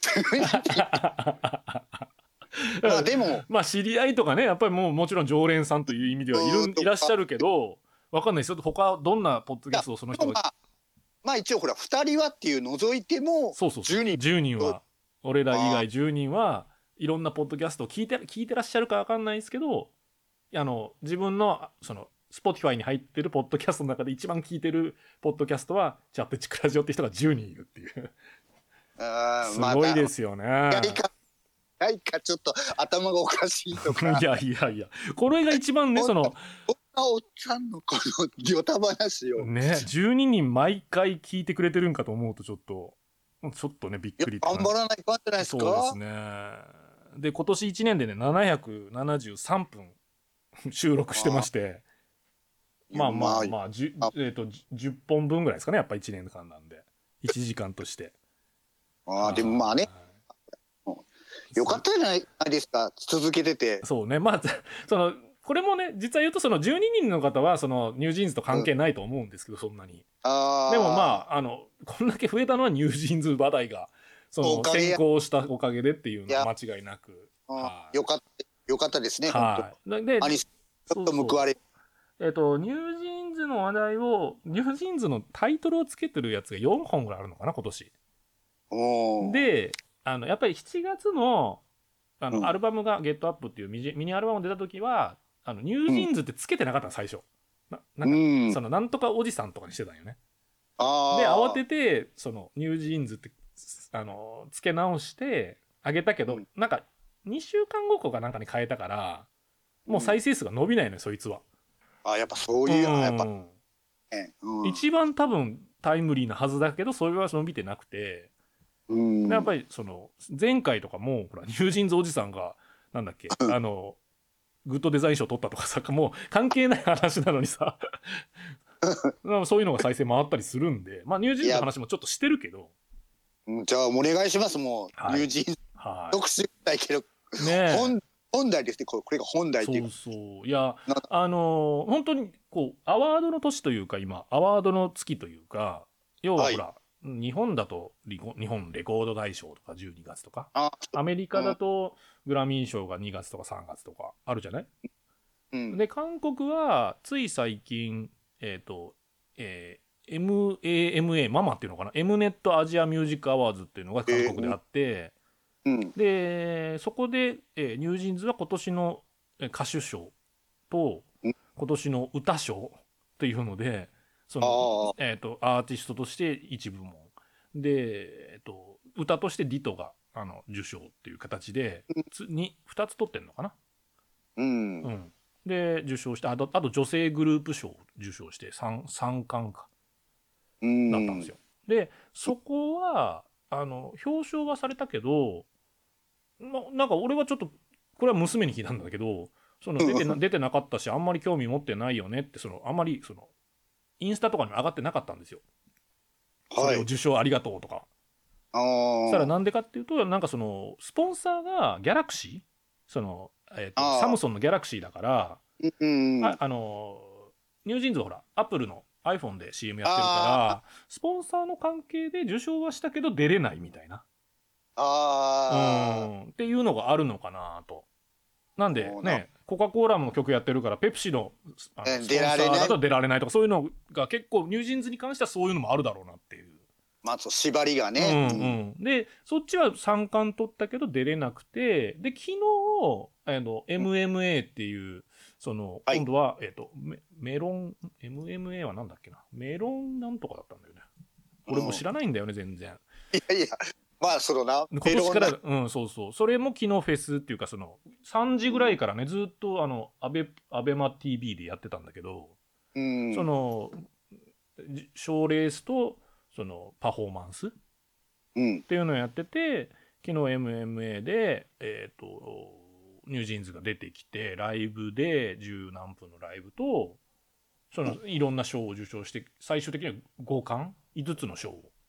まあでもまあ知り合いとかねやっぱりもうもちろん常連さんという意味ではいるいらっしゃるけどわかんないですよ他どんなポッドキャストをその人が、 まあ、まあ一応ほらふたりはっていう除いてもそうそうそうじゅうにんじゅうにんは俺ら以外じゅうにんはいろんなポッドキャストを聞いて聞いてらっしゃるかわかんないですけどあの自分のそのSpotify に入ってるポッドキャストの中で一番聞いてるポッドキャストはチャッテチックラジオって人がじゅうにんいるっていうあすごいですよね。 ないかちょっと頭がおかしいとかいやいやいやこれが一番ねそのこんなおっさんのこのギタ話をねじゅうににん毎回聞いてくれてるんかと思うとちょっとちょっとねびっくり頑張らないかんじゃないですか。 そうですね。で今年いちねんでねななひゃくななじゅうさんぷん収録してましてまあまあまあじゅ、えー、とじゅっぽんぶんぐらいですかねやっぱいちねんかんなんでいちじかんとしてああでもまあねよかったじゃないですか続けてて。 そうねまあそのこれもね実は言うとそのじゅうににんの方はそのニュージーンズと関係ないと思うんですけど、うん、そんなにあでもまああのこんだけ増えたのはニュージーンズ話題がその先行したおかげでっていうのは間違いなく、 はい、よかったよかったですね。 はい。でちょっと報われえっとニュージーンズの話題をニュージーンズのタイトルをつけてるやつがよんほんぐらいあるのかな今年。 おであのやっぱりしちがつのあの、 うん、 アルバムが「ゲットアップっていうミニ、ミニアルバムが出た時はあのニュージーンズってつけてなかったの最初。ななんか、うん、そのなんとかおじさんとかにしてたんよね。 あで慌ててそのニュージーンズってあのつけ直してあげたけど、うん、なんかにしゅうかんごかなんかに変えたからもう再生数が伸びないのよ、うん、そいつは。 あやっぱそういう、うん、やっぱ、 うん、一番多分タイムリーなはずだけどそれは伸びてなくて、 うん、 やっぱりその前回とかもほらニュージーンズおじさんがなんだっけあのグッドデザイン賞取ったとかさもう関係ない話なのにさそういうのが再生回ったりするんでまあニュージーンズの話もちょっとしてるけどじゃあお願いしますもう、はい、ニュージーンズ、 はい、 特集だけど、 ね、 本, 本題ですねこれが本題っていうそうそういやあのー、本当にこうアワードの年というか今アワードの月というか要はほら、はい、日本だと日本レコード大賞とかじゅうにがつとかアメリカだとグラミー賞がにがつとかさんがつとかあるじゃない、うん、で韓国はつい最近えっ、ー、と、えー、エムエーエムエー ママっていうのかな エムネットアジアミュージックアワーズっていうのが韓国であって、えーうん、でそこで、えー、ニュージーンズは今年の歌手賞と今年の歌賞というのでその、えー、とアーティストとしていちぶもんで、えー、と歌としてディトがあの受賞っていう形でつにふたつ取ってんのかな、 うんうん、で受賞してあとあと女性グループ賞を受賞して 3, 3冠かだったんですよ。でそこはあの表彰はされたけどな, なんか俺はちょっとこれは娘に聞いたんだけどその出てな出てなかったしあんまり興味持ってないよねってそのあんまりそのインスタとかに上がってなかったんですよ。それを受賞ありがとうとか。 あそしたらなんでかっていうとなんかそのスポンサーがギャラクシーその、えー、とサムソンのギャラクシーだから、 うんああのニュージーンズはほらアップルの iPhone で シーエム やってるからスポンサーの関係で受賞はしたけど出れないみたいなあ、 うん、っていうのがあるのかなと。なんでねコカ・コーラの曲やってるからペプシのあのスポンサーだと出られないとかそういうのが結構ニュージーンズに関してはそういうのもあるだろうなっていう。 まあ、そう縛りがね、 うんうん、でそっちはさん冠取ったけど出れなくてで昨日あの エムエムエー っていうその、はい、今度は、えー、と メ, メロン エムエムエー はなんだっけなメロンなんとかだったんだよね。俺も知らないんだよね、うん、全然。 いやいやまあそのな今年からうんそうそうそれも昨日フェスっていうかそのさんじぐらいからねずっとあのアベアベマ ティービー でやってたんだけど、 うん、 その賞レースとそのパフォーマンスっていうのをやってて、昨日 エムエムエー で、えー、とニュージーンズが出てきてライブで十何分のライブとそのいろんな賞を受賞して最終的にはご冠いつつの賞を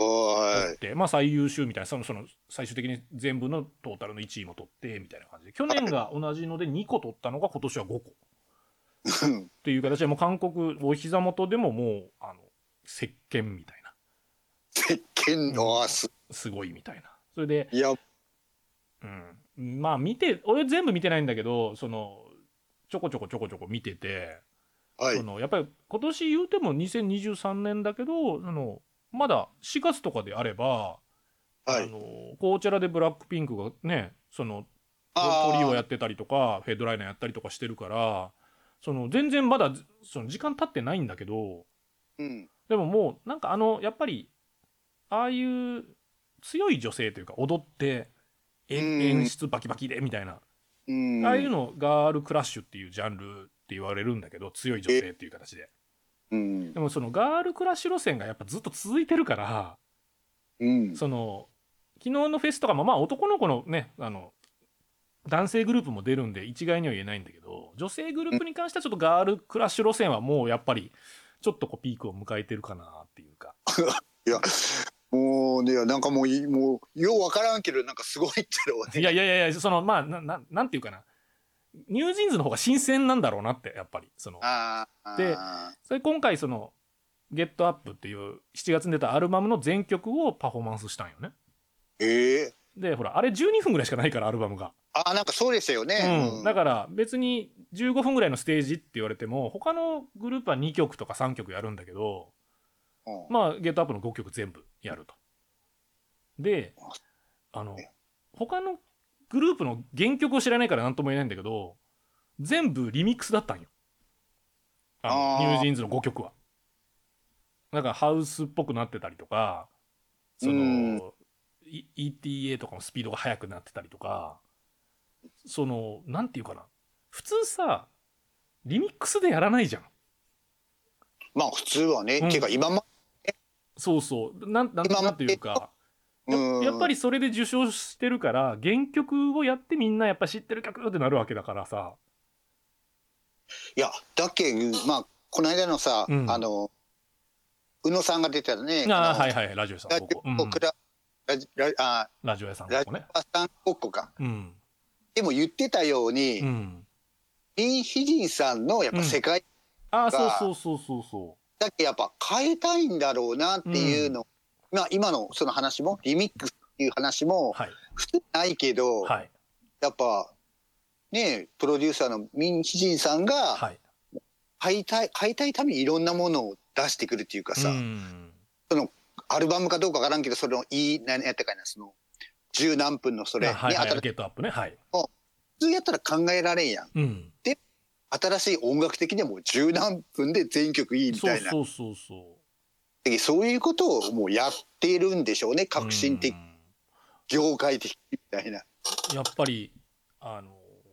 はで、まあ最優秀みたいな、その、その、最終的に全部のトータルのいちいも取って、みたいな感じで。去年が同じのでにこ取ったのが今年はごこ。っていう形で、もう韓国、お膝元でももう、あの、石鹸みたいな。 石鹸のす、 すごいみたいな。それで、 いや、 うん。まあ見て、俺全部見てないんだけど、その、ちょこちょこちょこちょこ見てて、 はいそのやっぱり今年言うてもにせんにじゅうさんねんだけど、そのまだしがつとかであれば、 はいあのコーチェラでブラックピンクがね、そのあートリオやってたりとかフェッドライナーやったりとかしてるから、その全然まだその時間経ってないんだけど、 うんでももうなんかあのやっぱりああいう強い女性というか踊ってえうん演出バキバキでみたいな、 うんああいうのガールクラッシュっていうジャンルって言われるんだけど、強い女性っていう形で。 うんでもそのガールクラッシュ路線がやっぱずっと続いてるから、 うんその昨日のフェスとかもまあ男の子のね、あの男性グループも出るんで一概には言えないんだけど、女性グループに関してはちょっとガールクラッシュ路線はもうやっぱりちょっとこうピークを迎えてるかなっていうか。 いやもうねなんかもういもうようわからんけどなんかすごいってのはねいやいやいやいや、そのまあなななんていうかな、ニュージーンズの方が新鮮なんだろうなってやっぱりその。 あーでそれ今回その「ゲットアップっていうしちがつに出たアルバムの全曲をパフォーマンスしたんよね。 ええでほらあれじゅうにふんぐらいしかないからアルバムが、 あーなんかそうでしたよね、 うん、だから別にじゅうごふんぐらいのステージって言われても他のグループはにきょくとかさんきょくやるんだけど、 うんまあゲットアップのごきょく全部やると。であの他のグループの原曲を知らないから何とも言えないんだけど全部リミックスだったんよ、あのあーニュージーンズのごきょくは。なんかハウスっぽくなってたりとか、その、 うんイーティーエー とかもスピードが速くなってたりとか、そのなんていうかな、普通さリミックスでやらないじゃん。 まあ普通はね、 うんていうか今まそうそうなんなん今までなんていうかやうんやっぱりそれで受賞してるから原曲をやってみんなやっぱ知ってる曲ってなるわけだからさ。 いやだっけまあこの間のさ、 うんあの宇野さんが出たねああのはいはいラジオ屋さんラジここ、うんオクララジラあラジオ屋さんこラジこね。 オさんごっこかうんでも言ってたように、 うんリン・ヒジンさんのやっぱ世界ああそうそうそうそうそだけやっぱ変えたいんだろうなっていうの、まあ今のその話もリミックスっていう話もうはい普通ないけど、 はいやっぱねプロデューサーのミン・ヒジンさんがはい変えたい変えたいためにいろんなものを出してくるっていうかさ、 うんそのアルバムかどうかわからんけどそのいい何やったかなその十何分のそれにあはいはい新しいゲットアップねはい普通やったら考えられんやん。 うん新しい音楽的にはもう十何分で全曲いいみそうたいなそうそうそうでそういうことをもうやってるんでしょうね革新的うん業界的みたいな。 やっぱりあの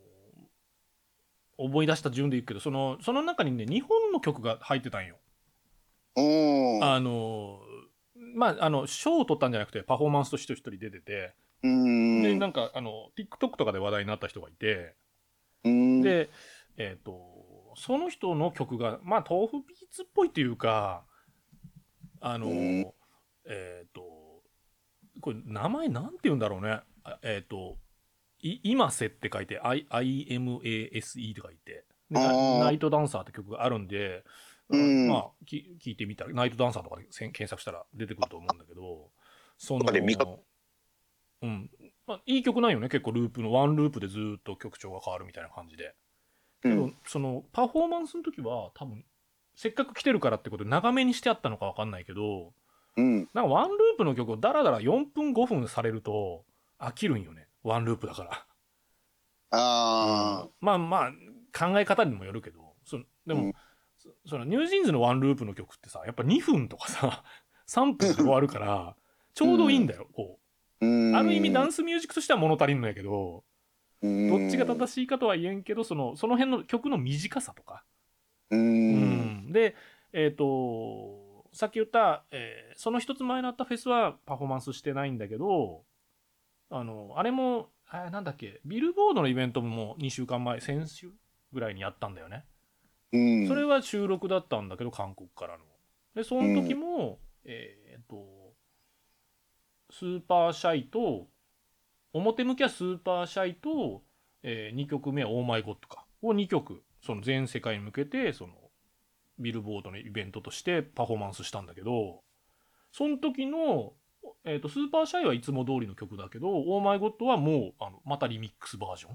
思い出した順で言うけどそのその中にね日本の曲が入ってたんよ。 うんあのまああの賞を取ったんじゃなくてパフォーマンスとして一人出てて、 うんでなんかあの TikTok とかで話題になった人がいて、 うんでえっ、とその人の曲がまあ豆腐ビーツっぽいっていうかあの、 うんえっ、とこれ名前なんて言うんだろうね。あえっ、とい今瀬って書いて I- アイエムエーエスイー って書いてであーナナイトダンサーって曲があるんで、 うんまあき聞いてみたらナイトダンサーとかでせん検索したら出てくると思うんだけど、そのとかで見かうんまあ、いい曲ないよね。結構ループのワンループでずっと曲調が変わるみたいな感じで、けどうんそのパフォーマンスの時は多分せっかく来てるからってことで長めにしてあったのか分かんないけど、 うんなんかワンループの曲をダラダラよんぷんごふんされると飽きるんよね、ワンループだからあーまあまあ考え方にもよるけど、そでも、 うんそそのニュージーンズのワンループの曲ってさやっぱにふんとかささんぷんで終わるからちょうどいいんだよ、こううんある意味ダンスミュージックとしては物足りんのやけど、 うんどっちが正しいかとは言えんけど、そのその辺の曲の短さとか、 ううんんでえっ、とさっき言った、えーその一つ前のあったフェスはパフォーマンスしてないんだけど、あのあれもあれなんだっけビルボードのイベントももうにしゅうかんまえ先週ぐらいにやったんだよね。 うんそれは収録だったんだけど韓国からの。でその時も、えっ、とスーパーシャイと表向きはスーパーシャイと、えー、にきょくめはオーマイゴッドかをにきょくその全世界に向けてそのビルボードのイベントとしてパフォーマンスしたんだけど、その時の、えーと、スーパーシャイはいつも通りの曲だけど、オーマイゴッドはもうあのまたリミックスバージョ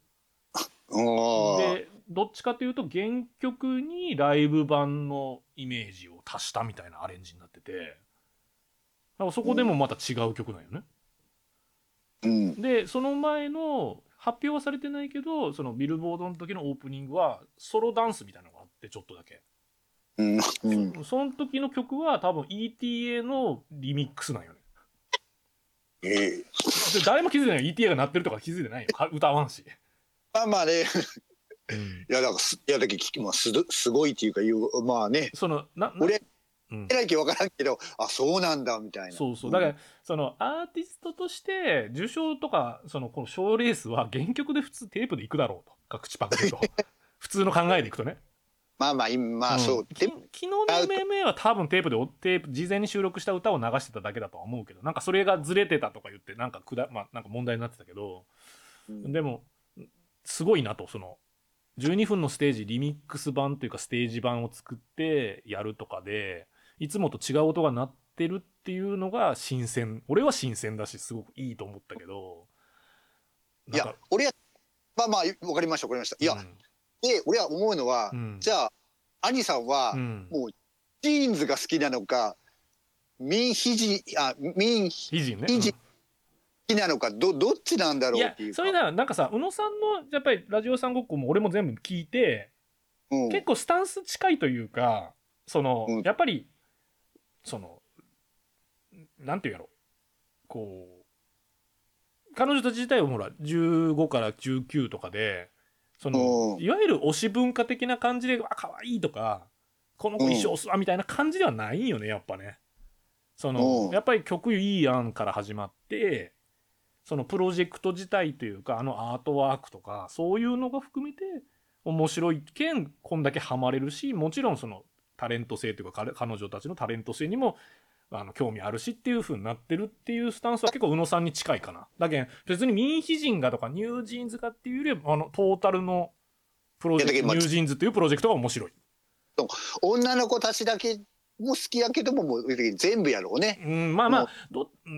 ンで、どっちかというと原曲にライブ版のイメージを足したみたいなアレンジになってて、だからそこでもまた違う曲なんよね。うん、でその前の発表はされてないけど、そのビルボードの時のオープニングはソロダンスみたいなのがあってちょっとだけ。うんうん、その時の曲は多分 イーティーエー のリミックスなんよね。えー、で誰も気づいてないよ。 イーティーエー が鳴ってるとか気づいてないよ。歌わんし。 まあまあね、うん、いやだからいやだけ聞きますすごいっていうかいうまあね。そのなな俺えらい気分からんけど、あそうなんだみたいな。そうそうだから、うん、そのアーティストとして受賞とかそのこの賞レースは原曲で普通テープでいくだろうと、各地パクでと普通の考えでいくとね。まあまあ今、まあ、そう、うん、昨日の エムエムエー は多分テープでテープ事前に収録した歌を流してただけだとは思うけど、なんかそれがずれてたとか言ってなんかくだ、まあ、なんか問題になってたけど、うん、でもすごいなと、そのじゅうにふんのステージリミックス版というかステージ版を作ってやるとかでいつもと違う音が鳴ってるっていうのが新鮮。俺は新鮮だしすごくいいと思ったけど、いや俺はまあまあ分かりました分かりました。いや、うんで俺は思うのは、うん、じゃあ兄さんは、うん、もうジーンズが好きなのかミンヒジあミンヒジンね、ヒジン好きなのか、どどっちなんだろうっていうか。いやそれならなんかさ、宇野さんのやっぱりラジオさんごっこも俺も全部聞いて、うん、結構スタンス近いというか、その、うん、やっぱりそのなんていうやろ、こう彼女たち自体はほらじゅうごからじゅうきゅうとかでそのいわゆる推し文化的な感じであ可愛いとかこの子衣装すわみたいな感じではないんよねやっぱね。そのやっぱり曲いいやんから始まってそのプロジェクト自体というかあのアートワークとかそういうのが含めて面白いけんこんだけハマれるし、もちろんそのタレント性というか彼女たちのタレント性にもあの興味あるしっていう風になってるっていうスタンスは結構宇野さんに近いかな。だけど別にミンヒジンがとかニュージーンズかっていうよりはあのトータルのプロジェクトニュージーンズっていうプロジェクトが面白い。女の子たちだけも好きやけどももう全部やろうね。うん、まあまあど、うん、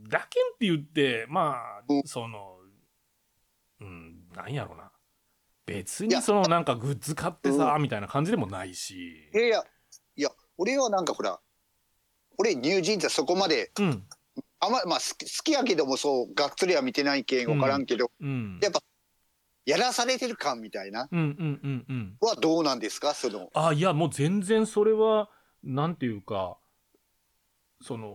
だけんって言ってまあ、うん、そのうんなんやろうな、別にそのなんかグッズ買ってさ、うん、みたいな感じでもないし。いやいやいや俺はなんかほら俺ニュージーンズはそこまで、うん、あままあ好き、好きやけどもそうがっつりは見てないけん分からんけど、うん、やっぱやらされてる感みたいな、うんうんうんうん、はどうなんですかその。あいやもう全然それはなんていうかその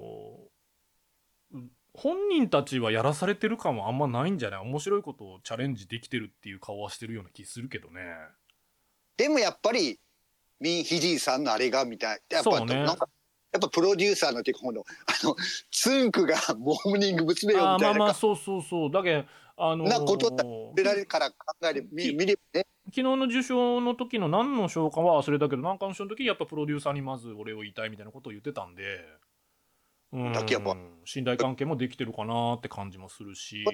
本人たちはやらされてる感はあんまないんじゃない。面白いことをチャレンジできてるっていう顔はしてるような気するけどね。でもやっぱりミンヒジーさんのあれがみたいやっぱそうね、なんかやっぱプロデューサーのっていうか今度あのツンクがモーニング娘。よみたいな。あまあまあそうそうそうだけどあのー、なことだ出られるから考えてみ見ればね。昨日の受賞の時の何の賞かは忘れたけど何かの賞の時にやっぱプロデューサーにまず俺を言いたいみたいなことを言ってたんで、うんだけやっぱ信頼関係もできてるかなって感じもするし。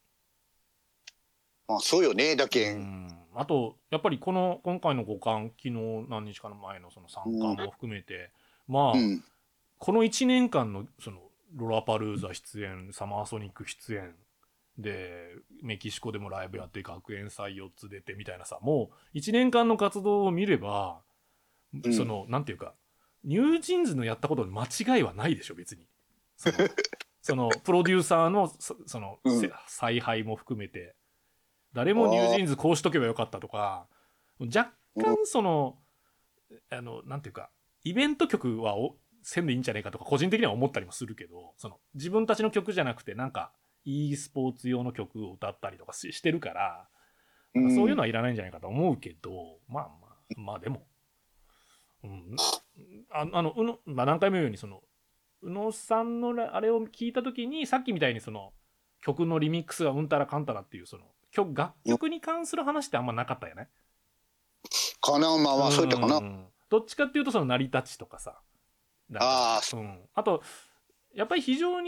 まあそうよねだけん、うん、あとやっぱりこの今回のご冠昨日何日かの前のそのさん冠も含めて、うん、まあ、うん、このいちねんかんのそのロラパルーザ出演サマーソニック出演でメキシコでもライブやって学園祭よっつ出てみたいなさ、もういちねんかんの活動を見れば、うん、そのなんていうかニュージーンズのやったことに間違いはないでしょ別に。そのそのプロデューサーの そ, その、うん、采配も含めて誰もニュージーンズこうしとけばよかったとか若干その、うん、あのなんていうかイベント曲はおせんでいいんじゃないかとか個人的には思ったりもするけど、その自分たちの曲じゃなくてなんか e スポーツ用の曲を歌ったりとか し, してるから、うん、そういうのはいらないんじゃないかと思うけど、まあまあまあでも、うん、あ, あのうの、まあ、何回も言うようにその宇野さんのあれを聞いた時にさっきみたいにその曲のリミックスがうんたらかんたらっていうその曲楽曲に関する話ってあんまなかったよね。かなまあまあそういったかな。どっちかっていうとその成り立ちとかさ。ああ、うん、あとやっぱり非常に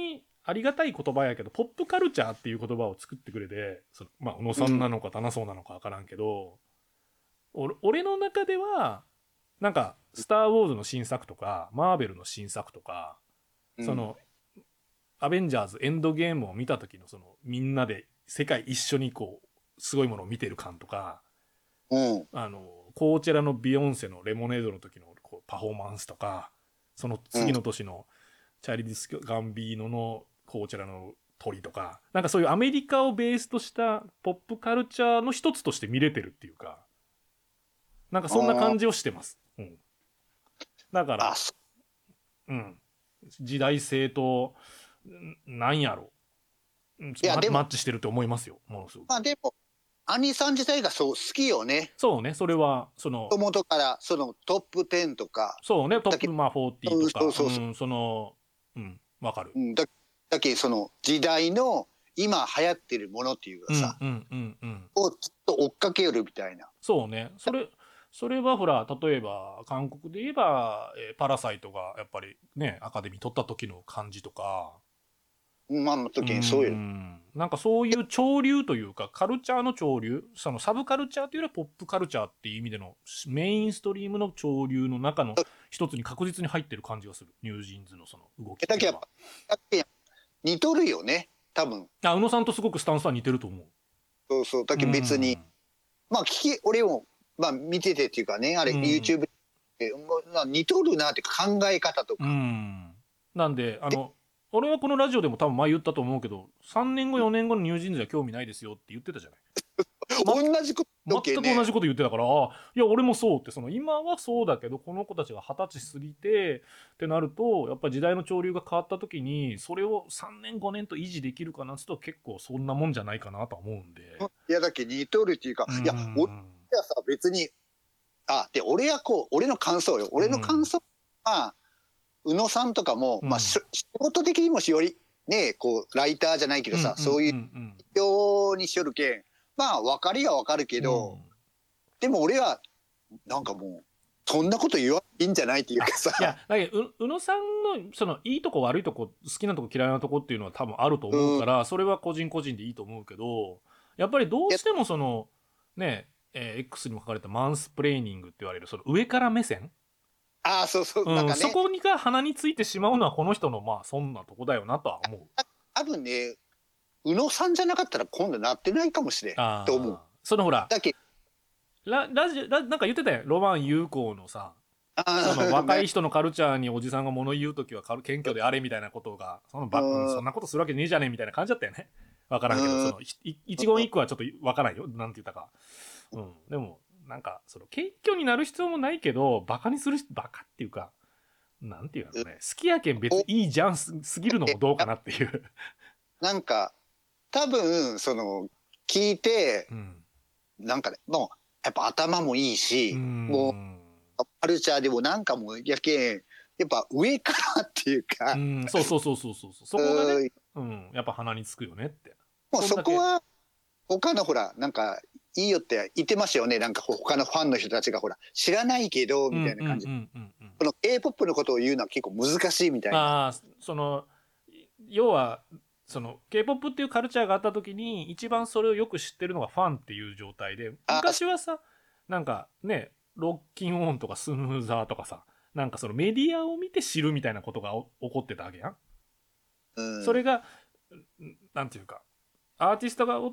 ありがたい言葉やけど、ポップカルチャーっていう言葉を作ってくれて、そのまあ、小野さんなのか棚そうなのか分からんけど、俺俺の中では、なんか、スター・ウォーズの新作とか、マーベルの新作とか、 うんその、アベンジャーズエンドゲームを見た時の、その、みんなで世界一緒にこう、すごいものを見てる感とか、 うんあの、コーチェラのビヨンセのレモネードの時のこうパフォーマンスとか、その次の年のチャーリーディス・ガンビーノのコーチェラの鳥とか、なんかそういうアメリカをベースとしたポップカルチャーの一つとして見れてるっていうか、なんかそんな感じをしてます。うん。だからあ、そうん。時代性と、んなんやろ。うんまいやでもマッチしてると思いますよ、ものすごく。 まあでも兄さん自体がそう好きよね。 そうね、それは、そのも、ともとからそのトップテンとか、 そうね、トップまあよんじゅうとか、 そうそうそううん、その、うん、わかる。 うん、だだけその時代の今流行ってるものっていうかさ、 うんうんうんうん。 をずっと追っかけるみたいな。 そうね。それ、それはほら、例えば、韓国で言えば、えーパラサイトがやっぱりね、アカデミー取った時の感じとか、 まあの時にそういうう。 んなんかそういう潮流というか、カルチャーの潮流、そのサブカルチャーというよりはポップカルチャーっていう意味でのメインストリームの潮流の中の一つに確実に入ってる感じがする。ニュージーンズのその動きっていうのは。 だけやっぱだけ似とるよね多分。 あ、宇野さんとすごくスタンスは似てると思う。 そうそうだけど別に、 うんまあ聞き俺もまあ見ててっていうかねあれ、 うん YouTube でもうまあ似とるなって考え方とか、 うん。なんで、あの、俺はこのラジオでも多分前言ったと思うけど、さんねんご、よねんごのニュージーンズは興味ないですよって言ってたじゃない。 同じこと全く同じこと言ってたから、あいや、俺もそうって、その今はそうだけど、この子たちが二十歳過ぎてってなると、やっぱり時代の潮流が変わった時に、それをさんねん、ごねんと維持できるかなって言うと結構そんなもんじゃないかなとは思うんで。 いやだけ似とるっていうか、いやうん俺はさ別にあで俺はこう俺の感想よ俺の感想は、宇野さんとかも、 うんまあし仕事的にもしよりねこうライターじゃないけどさ、そういううんようにしよるけんまあ分かりは分かるけど、 うんでも俺はなんかもうそんなこと言わいいんじゃないっていうかさいや、だけど、う宇野さんの、その、いいとこ悪いとこ、好きなとこ嫌いなとこっていうのは多分あると思うから、それは個人個人でいいと思うけど、やっぱりどうしてもその、ね、えー X にも書かれたマンスプレーニングって言われる、その上から目線、 ああそうそう、 うんなんかねそこにが鼻についてしまうのはこの人の、まあ、そんなとこだよなとは思う。 多分ね宇野さんじゃなかったら今度なってないかもしれんあーと思う。 そのほら、 だけララジオラなんか言ってたよ、ロマン有効のさ、その若い人のカルチャーにおじさんが物言うときは謙虚であれみたいなことが、そのバうんそんなことするわけねえじゃねえみたいな感じだったよね。わからんけど、 うんそのいい一言一句はちょっとわからんよ。なんて言ったか。うん。でも、なんか、その謙虚になる必要もないけど、バカにする人、バカっていうか、なんていうのね、好きやけん別にいいじゃんすすぎるのもどうかなっていう。 なんか多分その聞いてうん。 なんかねもうやっぱ頭もいいし、 うんもうカルチャーでもなんかもやけんやっぱ上からっていうか、 うん、そうそうそうそうそう。そこがね、 うんうん、やっぱ鼻につくよねって。 もうそそんだけこは他のほらなんかいいよって言ってましたよねなんか他のファンの人たちがほら知らないけどみたいな感じ、 うんうんうんうんうんこの K-ポップ のことを言うのは結構難しいみたいな。 ああ、その要はその K-ポップ っていうカルチャーがあった時に一番それをよく知ってるのがファンっていう状態で、 あ昔はさなんかねロッキンオンとかスヌーザーとかさ、なんかそのメディアを見て知るみたいなことがお起こってたわけやん。 うん、 それがなんていうかアーティストがおって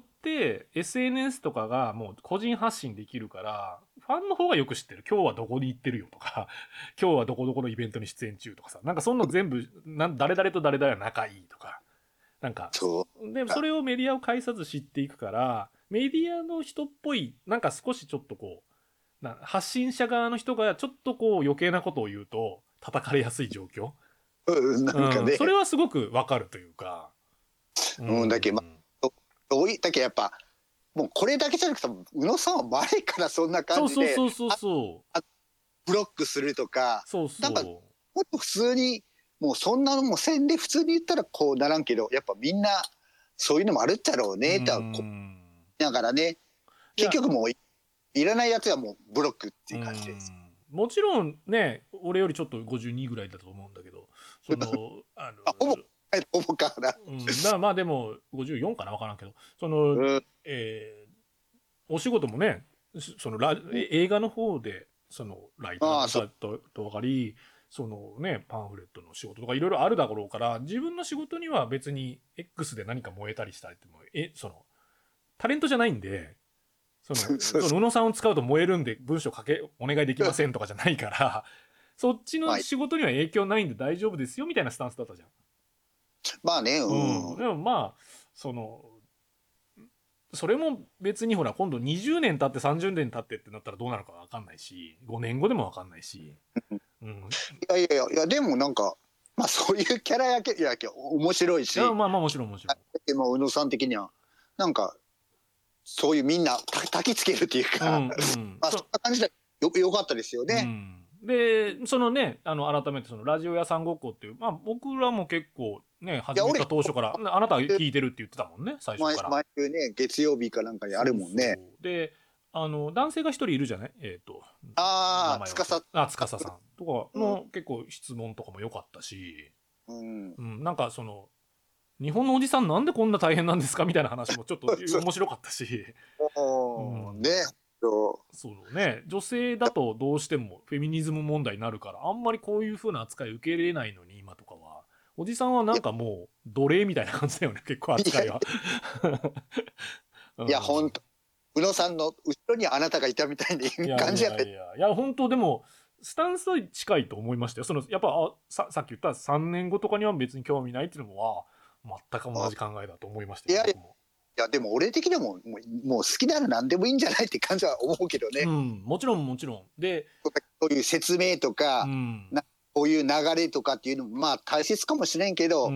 エスエヌエス とかがもう個人発信できるからファンの方がよく知ってる。今日はどこに行ってるよとか今日はどこどこのイベントに出演中とかさ、なんかそんな全部なん誰々と誰々は仲いいとか、なんかそうでそれをメディアを介さず知っていくから、メディアの人っぽいなんか少しちょっとこうな発信者側の人がちょっとこう余計なことを言うと叩かれやすい状況、 うん、なんかね、 うん、それはすごくわかるというか、 うんだけどま多いだけどやっぱもうこれだけじゃなくて宇野さんは前からそんなそう感じでそうそうそうそうブロックするとかそうそうなんかもっと普通にもうそんなのもせんで普通に言ったらこうならんけどやっぱみんなそういうのもあるっちゃろうねとはこうだからね結局もう い, いらないやつはもうブロックっていう感じです。 うんもちろんね俺よりちょっとごじゅうにぐらいだと思うんだけどそのあのあほぼと思うから。 うん、だからまあでもごじゅうよんかな分からんけどその、うん、えー、お仕事もねそのラ映画の方でそのライターだとと分かりそのねパンフレットの仕事とかいろいろあるだろうから自分の仕事には別に X で何か燃えたりしたりってもえそのタレントじゃないんでそのその宇野さんを使うと燃えるんで文章書けお願いできませんとかじゃないからそっちの仕事には影響ないんで大丈夫ですよみたいなスタンスだったじゃん。 まあね、うん、でもまあそのそれも別にほら今度にじゅうねん経ってさんじゅうねん経ってってなったらどうなるか分かんないしごねんごでも分かんないし、 うん、いやいやいやいやでもなんかまあそういうキャラやけやけ面白いし、いやまあまあもちろんもちろんでも宇野さん的にはなんかそういうみんなたきつけるっていうか、うんうん、まあそんな感じでよよかったですよね。 うんでそのねあの改めてそのラジオ屋さんごっこっていう、まあ、僕らも結構ね始めた当初からあなた聞いてるって言ってたもんね最初から。 毎週ね月曜日かなんかにあるもんね。 そうそうであの男性が一人いるじゃないえっ、ー、とああ司あ司さんとかの、うん、結構質問とかも良かったし、うんうん、なんかその日本のおじさんなんでこんな大変なんですかみたいな話もちょっと面白かったし、 うん、ねそうね女性だとどうしてもフェミニズム問題になるからあんまりこういう風な扱い受け入れないのに今とかはおじさんはなんかもう奴隷みたいな感じだよね結構扱いは。 いや本当宇野さんの後ろにあなたがいたみたいな感じやった。 いやいやいや本当でもスタンスは近いと思いましたよ。そのやっぱあ さ, さっき言ったさんねんごとかには別に興味ないっていうのもは全く同じ考えだと思いましたよ。 いやいやでも俺的にはもうもうもう好きなら何でもいいんじゃないって感じは思うけどね、 うん、もちろんもちろんでそういう説明とか、うん、なこういう流れとかっていうのもまあ大切かもしれんけど、うん、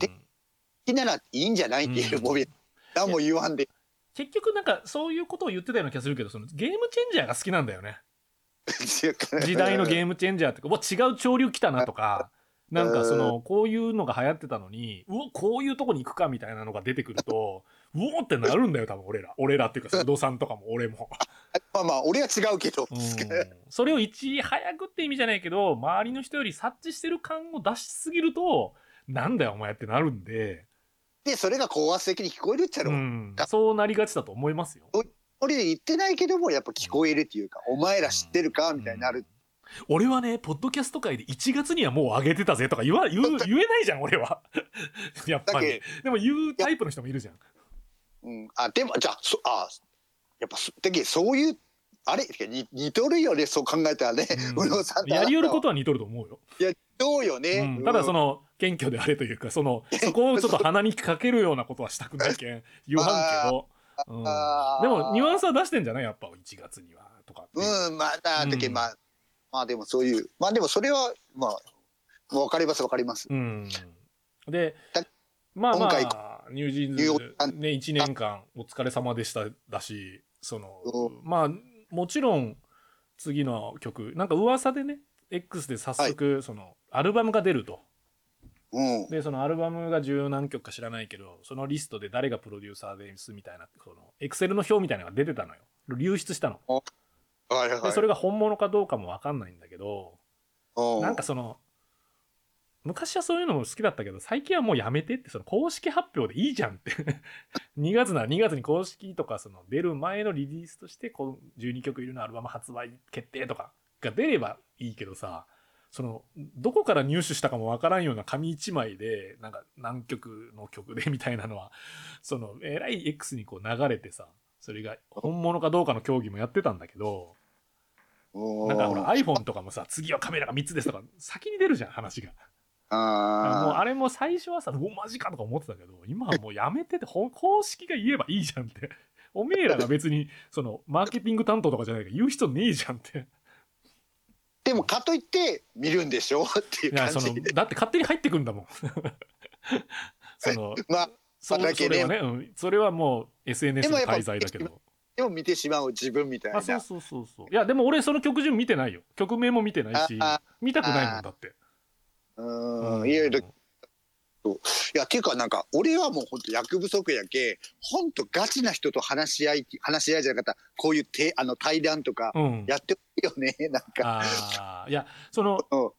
で好きならいいんじゃないっていう、うん、何も言わんで結局なんかそういうことを言ってたような気がするけどそのゲームチェンジャーが好きなんだよね。時代のゲームチェンジャーってか違う潮流来たなとかなんかそのこういうのが流行ってたのにうおこういうとこに行くかみたいなのが出てくるとうおってなるんだよ多分俺ら俺らっていうか不動産とかも俺もまあまあ俺は違うけど、 うん、それをいち早くって意味じゃないけど周りの人より察知してる感を出しすぎるとなんだよお前ってなるんででそれが高圧的に聞こえるっちゃろ、うん、 そうなりがちだと思いますよ。 俺で言ってないけどもやっぱ聞こえるっていうか、うん、お前ら知ってるかみたいになる、うん俺はねポッドキャスト界でいちがつにはもう上げてたぜとか言わ言う言えないじゃん俺はやっぱりでも言うタイプの人もいるじゃん、 うん、あでもじゃあそあやっぱだけそういうあれ似似とるよねそう考えたらね、 うん、宇野さんやりよることは似とると思うよ。 いやそうよね、 うん、ただその謙虚であれというかそのそこをちょっと鼻にかけるようなことはしたくないけん言わんけど、うん、でもニュアンスは出してんじゃないやっぱいちがつにはとかうんまあだだけ、うん、まあまあでもそういうまあでもそれはまあ分かります分かります、 うん、でまあまあニュージーンズねいちねんかんお疲れ様でしただしそのまあもちろん次の曲なんか噂でね X で早速、はい、そのアルバムが出ると、うん、でそのアルバムが十何曲か知らないけどそのリストで誰がプロデューサーですみたいなそのエクセルの表みたいなのが出てたのよ流出したの。 はいはい、 でそれが本物かどうかも分かんないんだけどなんかその昔はそういうのも好きだったけど最近はもうやめてってその公式発表でいいじゃんってにがつならにがつに公式とかその出る前のリリースとしてこのじゅうにきょく入りのアルバム発売決定とかが出ればいいけどさそのどこから入手したかも分からんような紙いちまいでなんか何曲の曲でみたいなのはそのえらい X にこう流れてさそれが本物かどうかの競技もやってたんだけどなんかほら iPhone とかもさ次はカメラがみっつですとか先に出るじゃん話が。あもうあれも最初はさおマジかとか思ってたけど今はもうやめてて公式が言えばいいじゃんっておめえらが別にそのマーケティング担当とかじゃないから言う必要ねえじゃんってでもかといって見るんでしょっていう感じでいやそのだって勝手に入ってくんだもんそのまあそ, それはね、うん、それはもう エスエヌエス の滞在だけどでも見てしまう自分みたいな。 あそうそうそうそういやでも俺その曲順見てないよ曲名も見てないし見たくないもんだってうんいやいやいやっていうかなんか俺はもう本当役不足やけ本当ガチな人と話し合い話し合いじゃなかったこういうてあの対談とかやってるよね、うん、なんかあいやその、うん、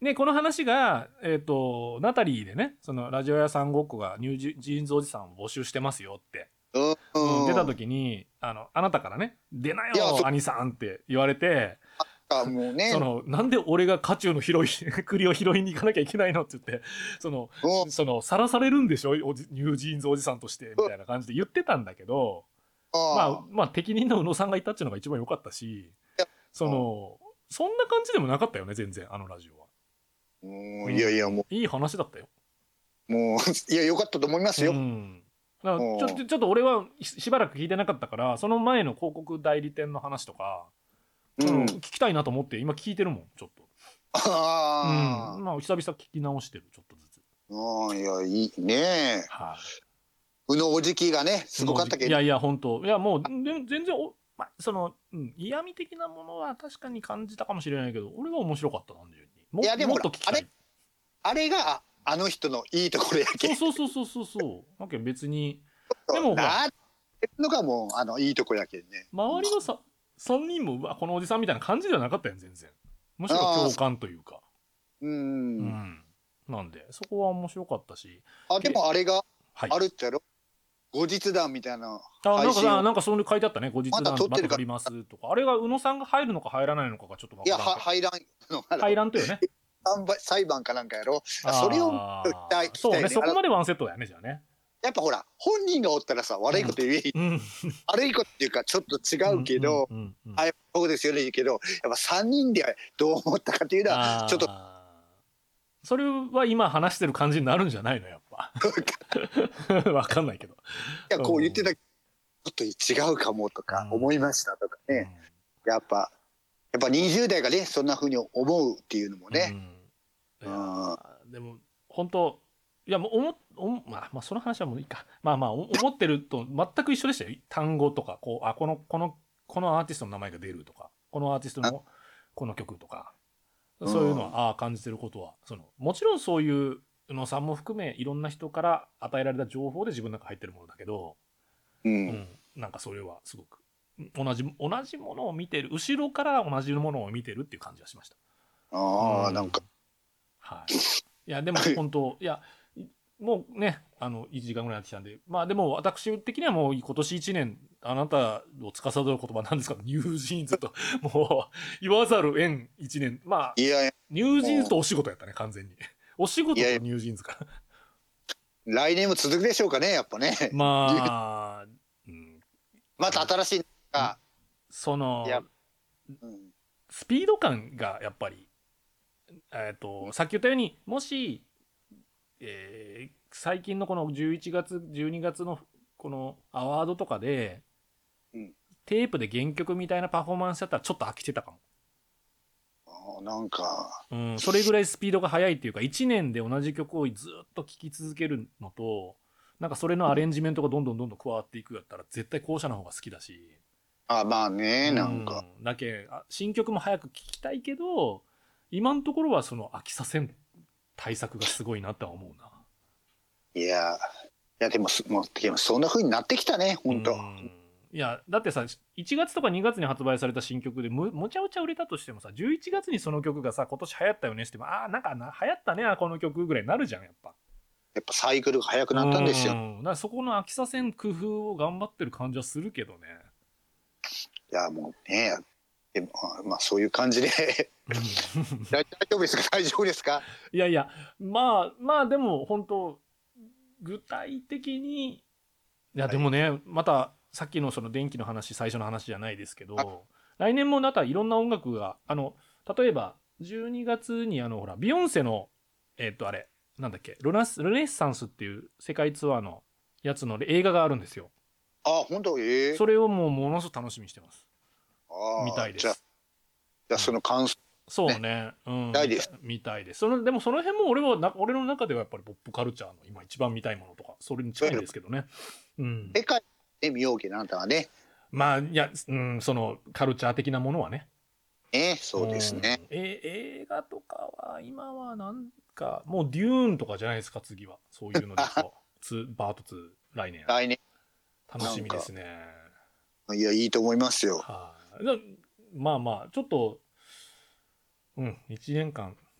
ね、この話が、えっ、と、ナタリーでね、そのラジオ屋さんごっこがニュージジーンズおじさんを募集してますよって、 うんうん出た時に、あの、あなたからね、出ないやそよ、兄さんって言われて、 あもうねその、なんで俺が渦中の拾い、栗を拾いに行かなきゃいけないのって言って、その、 うんその、さらされるんでしょおじニュージーンズおじさんとして、みたいな感じで言ってたんだけど、まああ、まあ、適任の宇野さんがいたっていうのが一番良かったしや、 その、そんな感じでもなかったよね、全然、あのラジオは。 もういやいやもいい話だったよ。 うもういや良かったと思いますよ。 うん。だからうんちょっとちょっと俺はししばらく聞いてなかったから、その前の広告代理店の話とか、 うんうん聞きたいなと思って今聞いてるもん、ちょっと。 あうん。まあ、久々聞き直してる、ちょっとずつ。 あ、ああいやいいね。 はい。 宇野おじきがねすごかったけど。 いやいや、本当いや、もう、でも全然お、まあ、その、うん、嫌味的なものは確かに感じたかもしれないけど、俺は面白かった、単純に。もいやでももっと聞きたい。 あれあれがああの人のいいところやけん。 そうそうそうそうそうそう。だけど別に、でもほらなってのがもうあのいいとこやけんね。 周りのささんにんも、うわ、このおじさんみたいな感じではなかったよ、全然。むしろ共感というか。 う。 うんん。なんで、そこは面白かったし。 あでもあれがはい。 あるってやろ。後日談みたいなあなんかさ、 配信を。 なんかそれ書いてあったね、後日談まだ撮ってるかまた撮りますとか。あれが宇野さんが入るのか入らないのかがちょっとわいやからんけど。 は入らんのかな入らんとよね。 裁判裁判かなんかやろ。それをあ聞きたいーそうね、そこあのまでワンセットだよね、じゃあね。 やっぱほら本人がおったらさ悪いこと言え、 うん。 悪いことっていうかちょっと違うけど、 うんうんうんあそうですよね言うけどやっぱさんにんでどう思ったかっていうのはあーちょっとそれは今話してる感じになるんじゃないの、やっぱ。わかんないけど。 いやこう言ってたちょっと違うかもとかうん思いましたとかね、やっぱやっぱにじゅう代がねそんな風に思うっていうのもね、 うんいやでも本当いやもう思おもまあまあその話はもういいか。まあまあお思ってると全く一緒でしたよ。単語とかこうあこのこのこのアーティストの名前が出るとかこのアーティストのこの曲とかそういうのはああ感じてることはそのもちろんそういう宇野さんも含めいろんな人から与えられた情報で自分の中入ってるものだけど、 うんうん、なんかそれはすごく同じ同じものを見てる後ろから同じものを見てるっていう感じがしました。 ああ、 うんなんかはい。いやでも本当いやもうねあのいちじかんぐらいやってきたんでまあでも私的にはもう今年いちねんあなたを司る言葉なんですかニュージーンズともう言わざるを得んいちねんまあいやニュージーンズとお仕事やったね完全にお仕事とニュージーンズか来年も続くでしょうかねやっぱねまあ、うん、 また新しいが、 そのいやうんスピード感がやっぱりえっとさっき言ったようにもしえー最近のこのじゅういちがつじゅうにがつのこのアワードとかで、 うんテープで原曲みたいなパフォーマンスだったらちょっと飽きてたかも、 あーなんかうん、それぐらいスピードが速いっていうかいちねんで同じ曲をずっと聴き続けるのとなんかそれのアレンジメントがどんどんどんどん加わっていくやったら絶対後者の方が好きだしあまあねなんか、 うん、だけあ新曲も早く聴きたいけど今のところはその飽きさせん対策がすごいなとは思うな。 いやいやでもすもうでもそんな風になってきたね本当、 うんいやだってさいちがつとかにがつに発売された新曲でむもちゃもちゃ売れたとしてもさじゅういちがつにその曲がさ今年流行ったよねしてもああなんかな流行ったねこの曲ぐらいになるじゃんやっぱやっぱサイクルが早くなったんですよ。 うんだからそこの飽きさせん工夫を頑張ってる感じはするけどねいやもうねでもあまあそういう感じで大丈夫ですか大丈夫ですか。 いやいやまあまあでも本当具体的にいやでもねまたさっきのその電気の話最初の話じゃないですけど来年もまたいろんな音楽があの例えばじゅうにがつにあのほらビヨンセのえっとあれなんだっけルナスルネッサンスっていう世界ツアーのやつの映画があるんですよ。 あ本当ええー、 それをもうものすごく楽しみにしてますあみたいです。 じゃあじゃあその感想、 そうね、うん、 見たいです見たいです。そのでもその辺も俺はな俺の中ではやっぱりポップカルチャーの今一番見たいものとかそれに近いんですけどね。うん、 世界で見ようけどあなたはねまあいや、うん、そのカルチャー的なものはね。 ねそうですね。 うんえ映画とかは今はなんかもうデューンとかじゃないですか次はそういうのでとツーバートツー来年来年楽しみですね。 いやいいと思いますよ。 はい、だまあまあちょっとうんいちねんかん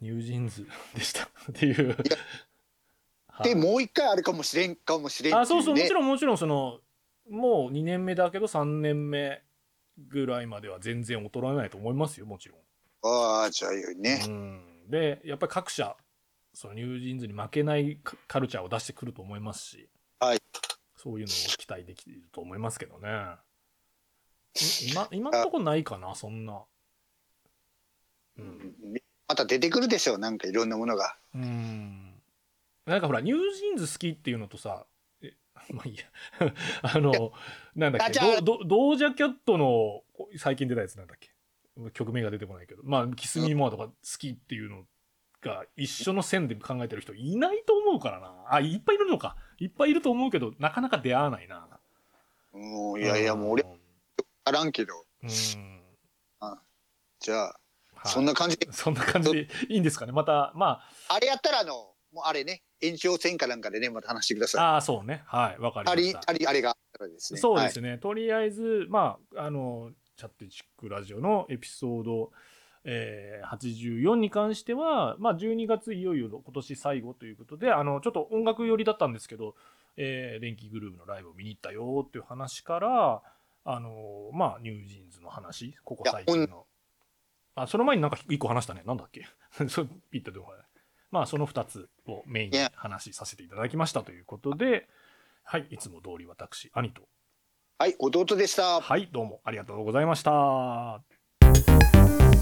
ニュージーンズでしたっていう。 でもう一回あるかもしれんかもしれんっていう、ね、 あそうそうもちろんもちろんそのもうにねんめだけどさんねんめぐらいまでは全然衰えないと思いますよもちろん。 ああじゃあいいね。 うん、でやっぱり各社そのニュージーンズに負けないカルチャーを出してくると思いますし、 はい、 そういうのを期待できると思いますけどね。今今のところないかなそんな、 うん、また出てくるでしょうなんかいろんなものが。 うんなんかほらニュージーンズ好きっていうのとさえまあいいやあのなんだっけドドージャキャットの最近出たやつなんだっけ曲名が出てこないけどまあキスミーモアとか好きっていうのが一緒の線で考えてる人いないと思うからなあいっぱいいるのかいっぱいいると思うけどなかなか出会わないな。 うんいやいやもう俺分からんけどうんあじゃあ、はい、そんな感じそんな感じでいいんですかねまたまああれやったらあのもうあれね延長戦かなんかでねまた話してください。 ああそうねはいわかりました。 ありあれがあったらですね。 そうですね、はい、とりあえずまああのチャットチックラジオのエピソード、えー、はちじゅうよんに関してはまあじゅうにがついよいよ今年最後ということであのちょっと音楽寄りだったんですけど、えー、電気グルーヴのライブを見に行ったよっていう話からあのまあニュージーンズの話ここ最近のあその前になんかいっこ話したねなんだっけそうピッとどこまあそのふたつをメインに話させていただきましたということで、はい、いつも通り私兄とはい弟でした。 はいどうもありがとうございました。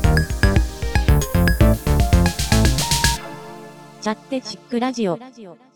チャッテチックラジオ。